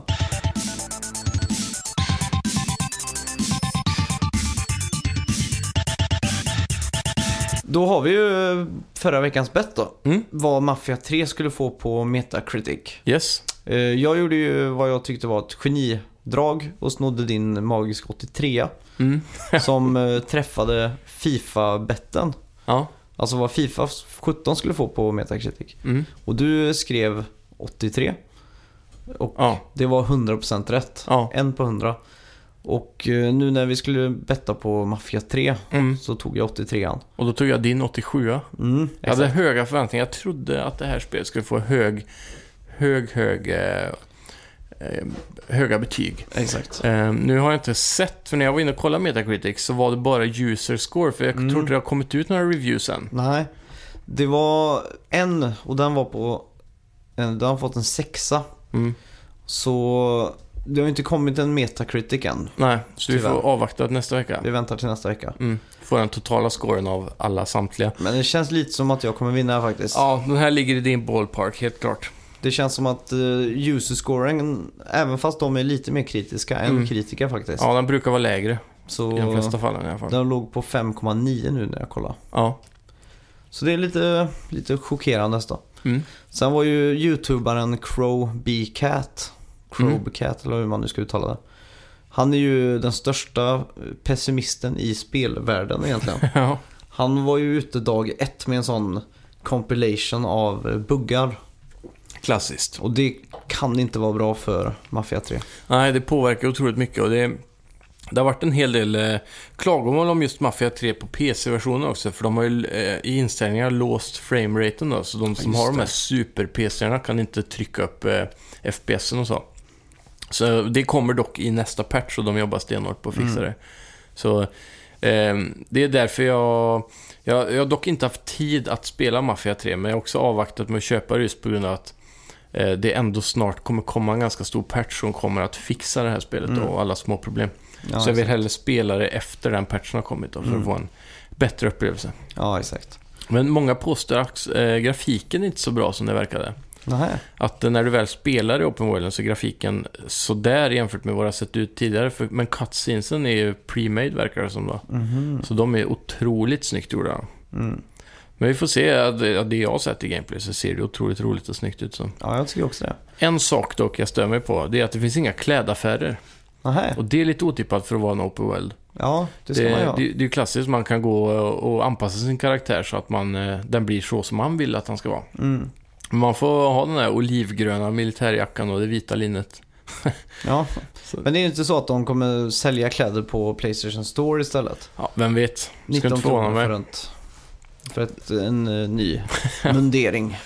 S1: Då har vi ju förra veckans bet då. Mm. Vad Mafia tre skulle få på Metacritic.
S2: Yes.
S1: Jag gjorde ju vad jag tyckte var ett genidrag och snodde din magisk åttiotre mm. som träffade FIFA-betten. Ja. Alltså vad FIFA sjutton skulle få på Metacritic. Mm. Och du skrev åttiotre. Och ja. det var hundra procent rätt. Ja. En på hundra. Och nu när vi skulle betta på Mafia tre mm. så tog jag åttiotre.
S2: Och då tog jag din åttiosju. Mm, jag hade höga förväntningar. Jag trodde att det här spelet skulle få hög, hög, hög... Eh... höga betyg.
S1: Exakt.
S2: Uh, nu har jag inte sett, för när jag var inne och kollade Metacritic så var det bara user score, för jag mm. trodde det har kommit ut några reviews än.
S1: Nej, det var en och den var på den har fått en sexa. Mm. Så det har inte kommit en Metacritic än.
S2: Nej, så tyvärr. Vi får avvakta nästa vecka.
S1: Vi väntar till nästa vecka.
S2: Mm. Får den totala scoren av alla samtliga.
S1: Men det känns lite som att jag kommer vinna faktiskt.
S2: Ja, den här ligger i din ballpark, helt klart.
S1: Det känns som att uh, user-scoring, även fast de är lite mer kritiska än mm. kritiker faktiskt.
S2: Ja, den brukar vara lägre.
S1: Så
S2: i de flesta fallen i alla fall.
S1: Den låg på fem komma nio nu när jag kollar.
S2: Ja.
S1: Så det är lite, lite chockerande nästan.
S2: Mm.
S1: Sen var ju YouTuberen Crowbcat, Crowbcat mm. eller hur man nu ska uttala det. Han är ju den största pessimisten i spelvärlden egentligen.
S2: Ja.
S1: Han var ju ute dag ett med en sån compilation av buggar.
S2: Klassiskt.
S1: Och det kan inte vara bra för Mafia tre.
S2: Nej, det påverkar otroligt mycket och det, det har varit en hel del eh, klagomål om just Mafia tre på P C-versionen också, för de har ju eh, i inställningar låst frameraten då, så de som just har de här super-P C-erna kan inte trycka upp eh, F P S-en och så. Så det kommer dock i nästa patch och de jobbar stenhårt på att fixa mm. det. Så eh, det är därför jag, jag jag har dock inte haft tid att spela Mafia tre, men jag har också avvaktat med att köpa det just på grund av att eh, det ändå snart kommer komma en ganska stor patch som kommer att fixa det här spelet mm. och alla små problem. Ja, så jag vill hellre spela det efter den patchen har kommit då, för mm. att få en bättre upplevelse.
S1: Ja, exakt.
S2: Men många påstår att äh, grafiken är inte så bra som det verkade.
S1: Nähä.
S2: Att äh, när du väl spelar i Open World så är grafiken så där jämfört med vad det har sett ut tidigare. För, men cutscenesen är ju pre-made verkar det som då.
S1: Mm-hmm.
S2: Så de är otroligt snyggt gjorda.
S1: Mm. Men
S2: vi får se att det, att det jag har sett i gameplay så ser det otroligt roligt och snyggt ut. Så.
S1: Ja, jag tycker också det.
S2: En sak dock jag stör mig på, det är att det finns inga klädaffärer.
S1: Aha.
S2: Och det är lite otippat för att vara en open world.
S1: Ja, det ska
S2: det,
S1: man göra.
S2: Det, det är ju klassiskt, man kan gå och anpassa sin karaktär så att man, den blir så som man vill att den ska vara.
S1: Mm.
S2: Man får ha den där olivgröna militärjackan och det vita linnet.
S1: Ja, men det är ju inte så att de kommer sälja kläder på PlayStation Store istället.
S2: Ja, vem vet. Ska
S1: nitton kronor för, ett, för ett, en uh, ny mundering.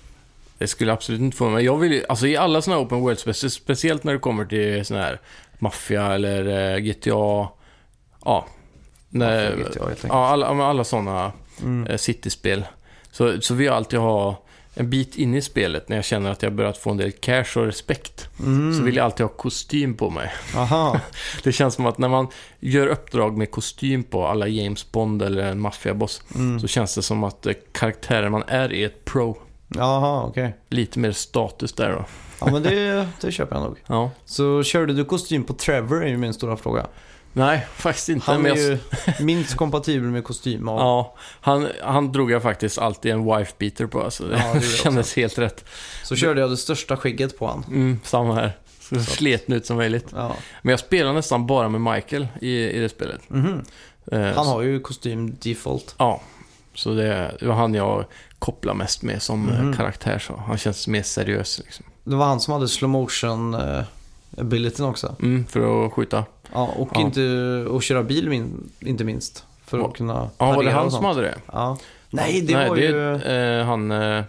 S2: Det skulle absolut inte få mig. Jag vill, alltså i alla såna här open world spel, speciellt när det kommer till såna här Mafia eller uh, G T A. Ja, när, Mafia, G T A, ja alla, alla såna mm. uh, cityspel. Så, så vill jag alltid ha en bit in i spelet när jag känner att jag börjat få en del cash och respekt. Mm. Så vill jag alltid ha kostym på mig.
S1: Aha.
S2: Det känns som att när man gör uppdrag med kostym på alla James Bond eller en maffiaboss mm. så känns det som att uh, karaktären man är är ett pro.
S1: Jaha, okej. Okay.
S2: Lite mer status där då.
S1: Ja, men det, det köper jag nog.
S2: Ja.
S1: Så körde du kostym på Trevor är ju min stora fråga.
S2: Nej, faktiskt inte.
S1: Han är
S2: jag...
S1: ju minst kompatibel med kostym. Och...
S2: Ja, han, han drog jag faktiskt alltid en wife-beater på. Alltså. Det, ja, det kändes helt rätt.
S1: Så körde jag det största skägget på han.
S2: Mm, samma här. Så, så slet ut som möjligt.
S1: Ja.
S2: Men jag spelar nästan bara med Michael i, i det spelet.
S1: Mm-hmm. eh, han har ju kostym default.
S2: Ja, så det, det var han jag kopplar mest med som mm. karaktär. Så. Han känns mer seriös. Liksom.
S1: Det var han som hade slow motion uh, abilityn också.
S2: Mm, för att skjuta.
S1: Ja, och ja. inte och köra bil min, inte minst. För att kunna
S2: ja, var det han som hade det?
S1: Ja. Nej, det
S2: Nej,
S1: var
S2: det
S1: ju...
S2: Är, eh, han... Eh,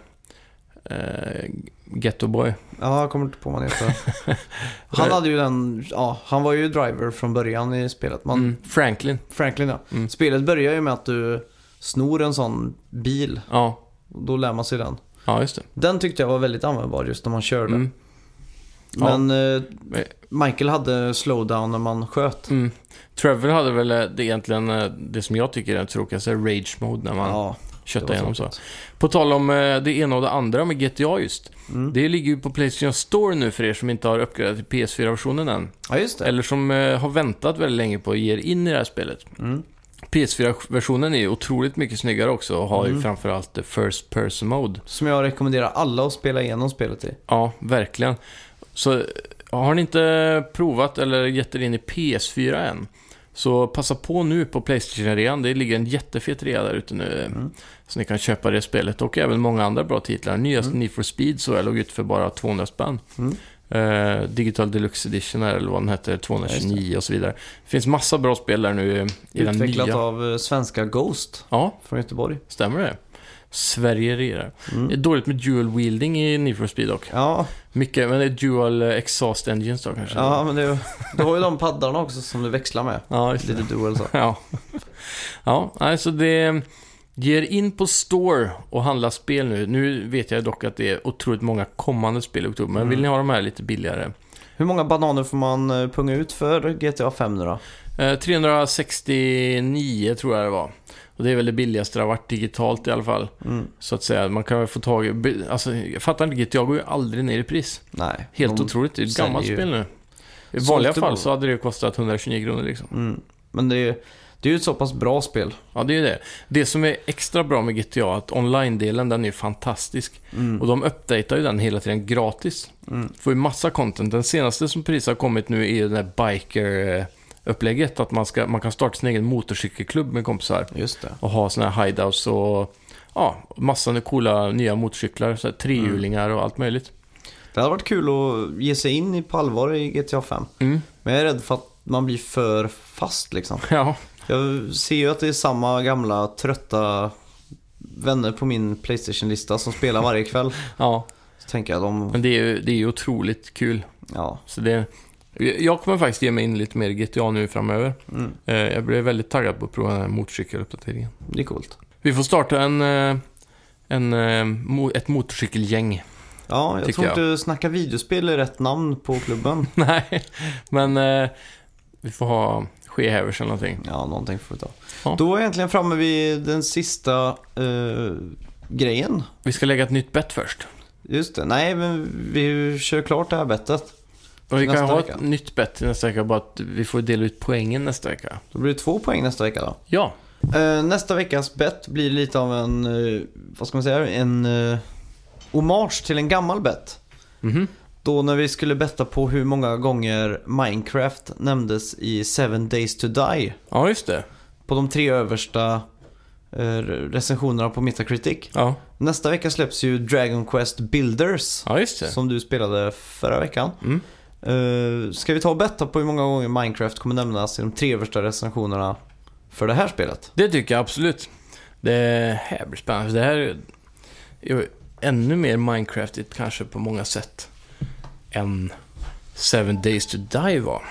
S2: eh, Ghetto Boy.
S1: Ja, jag kommer inte på vad han heter. Han hade ju den... Ja, han var ju driver från början i spelet. Man,
S2: mm, Franklin.
S1: Franklin, ja.
S2: Mm.
S1: Spelet börjar ju med att du snor en sån bil.
S2: Ja.
S1: Då lär man sig den.
S2: Ja, just det.
S1: Den tyckte jag var väldigt användbar just när man körde.
S2: Mm.
S1: Men ja. eh, Michael hade slowdown när man sköt.
S2: Mm. Trevor hade väl det egentligen det som jag tycker är tråkigaste, rage mode när man
S1: ja,
S2: köttar igenom så. På tal om det ena och det andra med G T A just. Mm. Det ligger ju på PlayStation Store nu för er som inte har uppgraderat till P S fyra-versionen än.
S1: Ja, just det.
S2: Eller som har väntat väldigt länge på att ge er in i det här spelet.
S1: Mm.
S2: P S fyra-versionen är ju otroligt mycket snyggare också och har mm. ju framförallt first person mode.
S1: Som jag rekommenderar alla att spela igenom spelet i.
S2: Ja, verkligen. Så har ni inte provat eller gett er in i P S fyra än, så passa på nu på PlayStation-rean. Det ligger en jättefet rea där ute nu. Mm. Så ni kan köpa det spelet och även många andra bra titlar. Nyaste mm. Need for Speed så jag låg ut för bara tvåhundra spänn.
S1: Mm.
S2: Uh, Digital Deluxe Edition eller vad den heter, tvåhundranittionio och så vidare. Det finns massa bra spel där nu i den nya.
S1: Utvecklat av svenska Ghost
S2: ja.
S1: från Göteborg.
S2: Stämmer det? Sverige regerar.
S1: Mm.
S2: Det är dåligt med dual wielding i Need for Speed dock.
S1: Ja.
S2: Mycket, men det är dual exhaust engines då kanske.
S1: Ja, men det, du har ju de paddarna också som du växlar med.
S2: Ja, just det.
S1: Lite dual så.
S2: Ja. Ja, alltså det Ge er in på Store och handla spel nu. Nu vet jag dock att det är otroligt många kommande spel i oktober. Men mm. vill ni ha de här lite billigare?
S1: Hur många bananer får man punga ut för G T A fem nu då?
S2: Eh, trehundrasextionio tror jag det var. Och det är väl det billigaste det har varit digitalt i alla fall. Mm. Så att säga, man kan väl få tag i... Alltså, jag fattar inte, G T A går ju aldrig ner i pris.
S1: Nej.
S2: Helt otroligt, det är ett gammalt ju... spel nu. I vanliga fall så hade det kostat hundratjugonio kronor liksom.
S1: Mm. Men det är, det är ju ett så pass bra spel.
S2: Ja, det är det. Det som är extra bra med G T A är att online-delen, den är fantastisk. Mm. Och de uppdaterar ju den hela tiden gratis. Mm. Får ju massa content. Den senaste som precis har kommit nu är den där biker-upplägget. Att man, ska, man kan starta sin egen motorcykelklubb med kompisar.
S1: Just det.
S2: Och ha såna här hideouts och ja, massa coola nya motorcyklar. Så här trehjulingar mm. och allt möjligt.
S1: Det hade varit kul att ge sig in i på allvar i G T A fem. Mm. Men jag är rädd för att man blir för fast liksom.
S2: Ja.
S1: Jag ser ju att det är samma gamla trötta vänner på min PlayStation-lista som spelar varje kväll.
S2: Ja.
S1: Så tänker jag de...
S2: Men det är ju, det är ju otroligt kul.
S1: Ja.
S2: Så det... Jag kommer faktiskt ge mig in lite mer i G T A nu framöver. Mm. Jag blev väldigt taggad på att prova den här motorcykeluppdateringen.
S1: Det är coolt.
S2: Vi får starta en, en, ett motorcykelgäng.
S1: Ja, jag tror inte jag. Snacka videospel är rätt namn på klubben.
S2: Nej, men eh, vi får ha Skehavers eller någonting.
S1: Ja, någonting får vi ta. Ja. Då är jag egentligen framme vid den sista eh, grejen.
S2: Vi ska lägga ett nytt bett först.
S1: Just det, nej men vi kör klart det här bettet.
S2: Och vi kan ha vecka. Ett nytt bett nästa vecka, bara att vi får dela ut poängen nästa vecka.
S1: Då blir det två poäng nästa vecka då.
S2: Ja.
S1: Eh, nästa veckas bett blir lite av en, eh, vad ska man säga, en... Eh, hommage till en gammal bett. Mm-hmm. Då när vi skulle betta på hur många gånger Minecraft nämndes i Seven Days to Die.
S2: Ja, just det.
S1: På de tre översta eh, recensionerna på Metacritic.
S2: Ja.
S1: Nästa vecka släpps ju Dragon Quest Builders.
S2: Ja, just det.
S1: Som du spelade förra veckan. Mm. Eh, ska vi ta och betta på hur många gånger Minecraft kommer nämnas i de tre översta recensionerna för det här spelet?
S2: Det tycker jag absolut. Det här blir spännande. Det här är ännu mer Minecraftigt kanske på många sätt än Seven Days to Die var.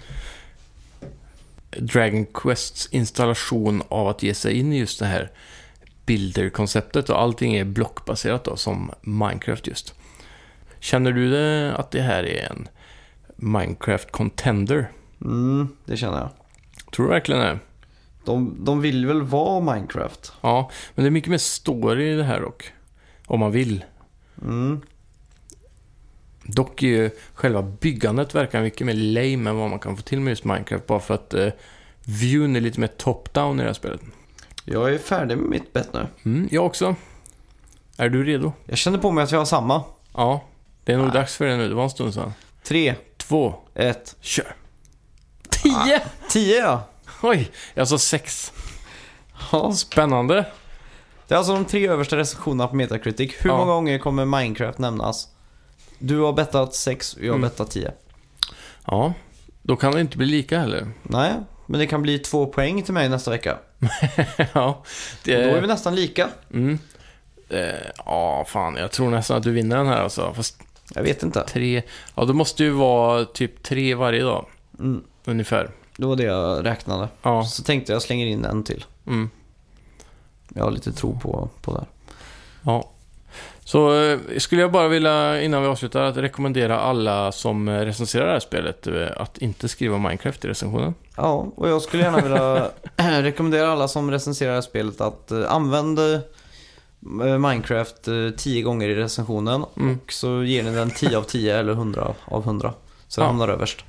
S2: Dragon Quests installation av att ge sig in i just det här builder-konceptet och allting är blockbaserat då, som Minecraft just. Känner du det att det här är en Minecraft-contender?
S1: Mm, det känner jag.
S2: Tror du verkligen det?
S1: De, de vill väl vara Minecraft?
S2: Ja, men det är mycket mer story i det här och om man vill.
S1: Mm.
S2: Dock är ju själva byggandet verkar mycket mer lame än vad man kan få till med just Minecraft. Bara för att eh, viewn är lite mer top-down i det här spelet.
S1: Jag är färdig med mitt bett nu.
S2: Mm, jag också. Är du redo?
S1: Jag känner på mig att vi har samma.
S2: Ja, det är nog Nej. dags för det nu. Det var en stund sedan.
S1: Tre,
S2: två,
S1: ett,
S2: kör. Tio!
S1: Ah, tio, ja.
S2: Oj, jag sa sex.
S1: Ja.
S2: Spännande.
S1: Det är alltså de tre översta recensionerna på Metacritic. Hur ja. många gånger kommer Minecraft nämnas? Du har bettat sex och jag har mm. bettat tio.
S2: Ja, då kan det inte bli lika heller.
S1: Nej, men det kan bli två poäng till mig nästa vecka.
S2: Ja, det...
S1: Då är vi nästan lika.
S2: Mm. Eh, ja, fan, jag tror nästan att du vinner den här alltså. Fast
S1: jag vet inte.
S2: Tre... Ja, då måste ju vara typ tre varje dag.
S1: Mm.
S2: Ungefär.
S1: Det var det jag räknade.
S2: Ja.
S1: Så tänkte jag slänger in en till.
S2: Mm.
S1: Jag har lite tro på, på det här.
S2: Ja. Så eh, skulle jag bara vilja, innan vi avslutar, att rekommendera alla som recenserar det här spelet eh, att inte skriva Minecraft i recensionen.
S1: Ja, och jag skulle gärna vilja rekommendera alla som recenserar det här spelet att eh, använda Minecraft eh, tio gånger i recensionen. Mm. Och så ger ni den tio av tio eller hundra av hundra. Så det ja. hamnar överst.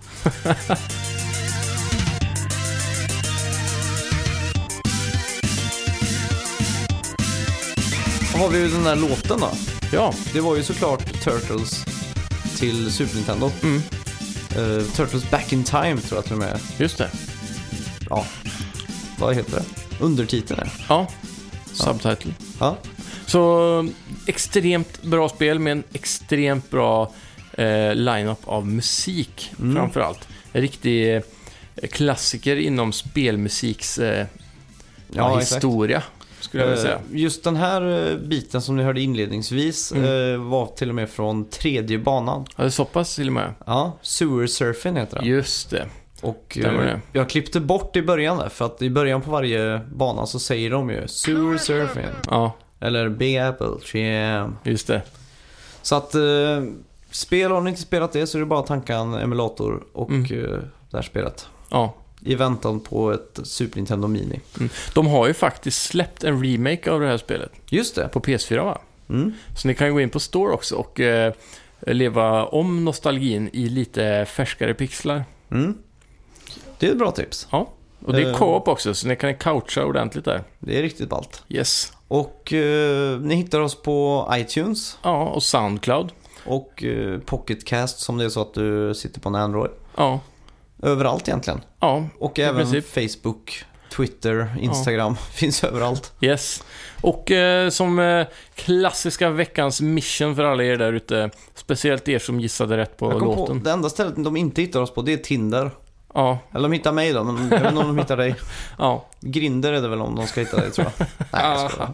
S1: Har vi ju den där låten då?
S2: Ja.
S1: Det var ju såklart Turtles till Super Nintendo.
S2: Mm.
S1: Uh, Turtles Back in Time tror jag till och med.
S2: Just det.
S1: Ja. Vad heter det? Undertiteln är.
S2: Ja. Subtitle.
S1: Ja.
S2: Så extremt bra spel med en extremt bra eh, line-up av musik mm. framförallt. En riktig eh, klassiker inom spelmusiks eh, ja, historia. Skulle jag vilja säga.
S1: Just den här biten som ni hörde inledningsvis mm. var till och med från tredje banan.
S2: Ja, det är så pass till och med.
S1: Ja, Sewer Surfing heter det.
S2: Just det.
S1: Och eh, jag klippte bort i början där, för att i början på varje bana så säger de ju Sewer Surfing.
S2: Ja.
S1: Eller Big Apple, tre M.
S2: Just det.
S1: Så att eh, spel, har ni inte spelat det så är det bara att tanka en emulator och mm. eh, det här spelet.
S2: Ja.
S1: I väntan på ett Super Nintendo Mini.
S2: Mm. De har ju faktiskt släppt en remake av det här spelet.
S1: Just det.
S2: På P S fyra, va?
S1: Mm.
S2: Så ni kan ju gå in på Store också och eh, leva om nostalgin i lite färskare pixlar.
S1: Mm. Det är ett bra tips.
S2: Ja, och det är co-op också, så ni kan coucha ordentligt där.
S1: Det är riktigt ballt.
S2: Yes.
S1: Och eh, ni hittar oss på iTunes.
S2: Ja, och Soundcloud.
S1: Och eh, Pocketcast, som det är så att du sitter på en Android.
S2: Ja.
S1: Överallt egentligen.
S2: Ja,
S1: och även princip. Facebook, Twitter, Instagram. Ja. Finns överallt.
S2: Yes. Och eh, som eh, klassiska veckans mission för alla er där ute, speciellt er som gissade rätt på låten.
S1: På, det enda stället de inte hittar oss på, det är Tinder.
S2: Ja.
S1: Eller de hittar mig då, men jag vet inte om de hittar dig.
S2: Ja.
S1: Grinder är det väl om de ska hitta dig, tror jag. Nej, jag ska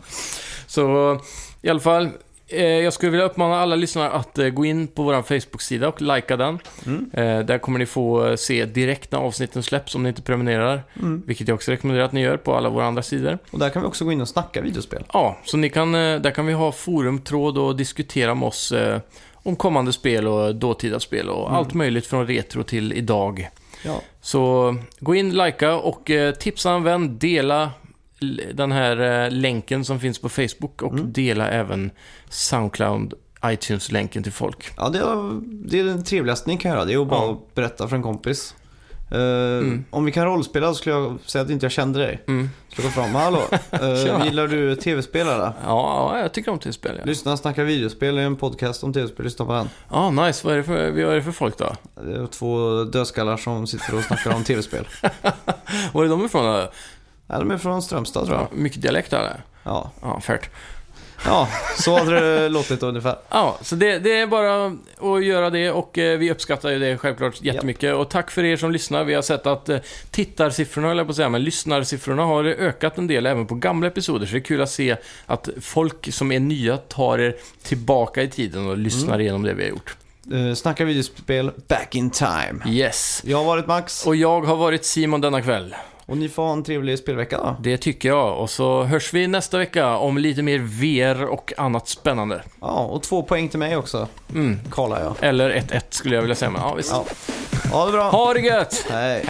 S2: Så i alla fall, eh, jag skulle vilja uppmana alla lyssnare att eh, gå in på vår Facebook-sida och likea den. Mm. Eh, där kommer ni få se direkt när avsnitten släpps om ni inte prenumererar. Mm. Vilket jag också rekommenderar att ni gör på alla våra andra sidor.
S1: Och där kan vi också gå in och snacka videospel.
S2: Ja, så ni kan, eh, där kan vi ha forumtråd och diskutera med oss eh, om kommande spel och dåtida spel och mm. allt möjligt från retro till idag.
S1: Ja.
S2: Så gå in, likea och eh, tipsa en vän, dela den här eh, länken som finns på Facebook och mm. dela även Soundcloud, iTunes-länken till folk.
S1: Ja, det är, det är det trevligaste ni kan göra. Det är att bara ja. berätta för en kompis. Uh, mm. Om vi kan rollspela så skulle jag säga att inte jag kände dig. Mm. Så gå fram, hallå. Uh, gillar du tv-spelare?
S2: Ja, ja, jag tycker om tv-spel. Ja.
S1: Lyssna, snacka videospel i en podcast om tv-spel. Lyssna på den.
S2: Ja, ah, nice. Vad är det för, vad är det för folk då?
S1: Det är två dödskallar som sitter och snackar om tv-spel.
S2: Var är de ifrån då?
S1: Ja, de är från Strömstad, tror jag.
S2: Ja, mycket dialekt där.
S1: Ja.
S2: Ja, färt.
S1: Ja, så hade det låtit ungefär.
S2: Ja, så det, det är bara att göra det och eh, vi uppskattar ju det självklart jättemycket. Yep. Och tack för er som lyssnar. Vi har sett att eh, tittarsiffrorna, eller på att säga, men lyssnarsiffrorna har ökat en del även på gamla episoder. Så det är kul att se att folk som är nya tar er tillbaka i tiden och lyssnar mm. igenom det vi har gjort.
S1: Uh, snacka videospel back in time.
S2: Yes.
S1: Jag har varit Max.
S2: Och jag har varit Simon denna kväll.
S1: Och ni får ha en trevlig spelvecka då.
S2: Det tycker jag. Och så hörs vi nästa vecka om lite mer V R och annat spännande.
S1: Ja, och två poäng till mig också.
S2: Mm.
S1: Kollar jag.
S2: Eller ett ett skulle jag vilja säga. Men ja, visst.
S1: Ja. Ha det bra.
S2: Ha det gött.
S1: Hej.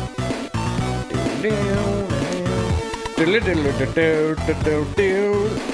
S2: Hej.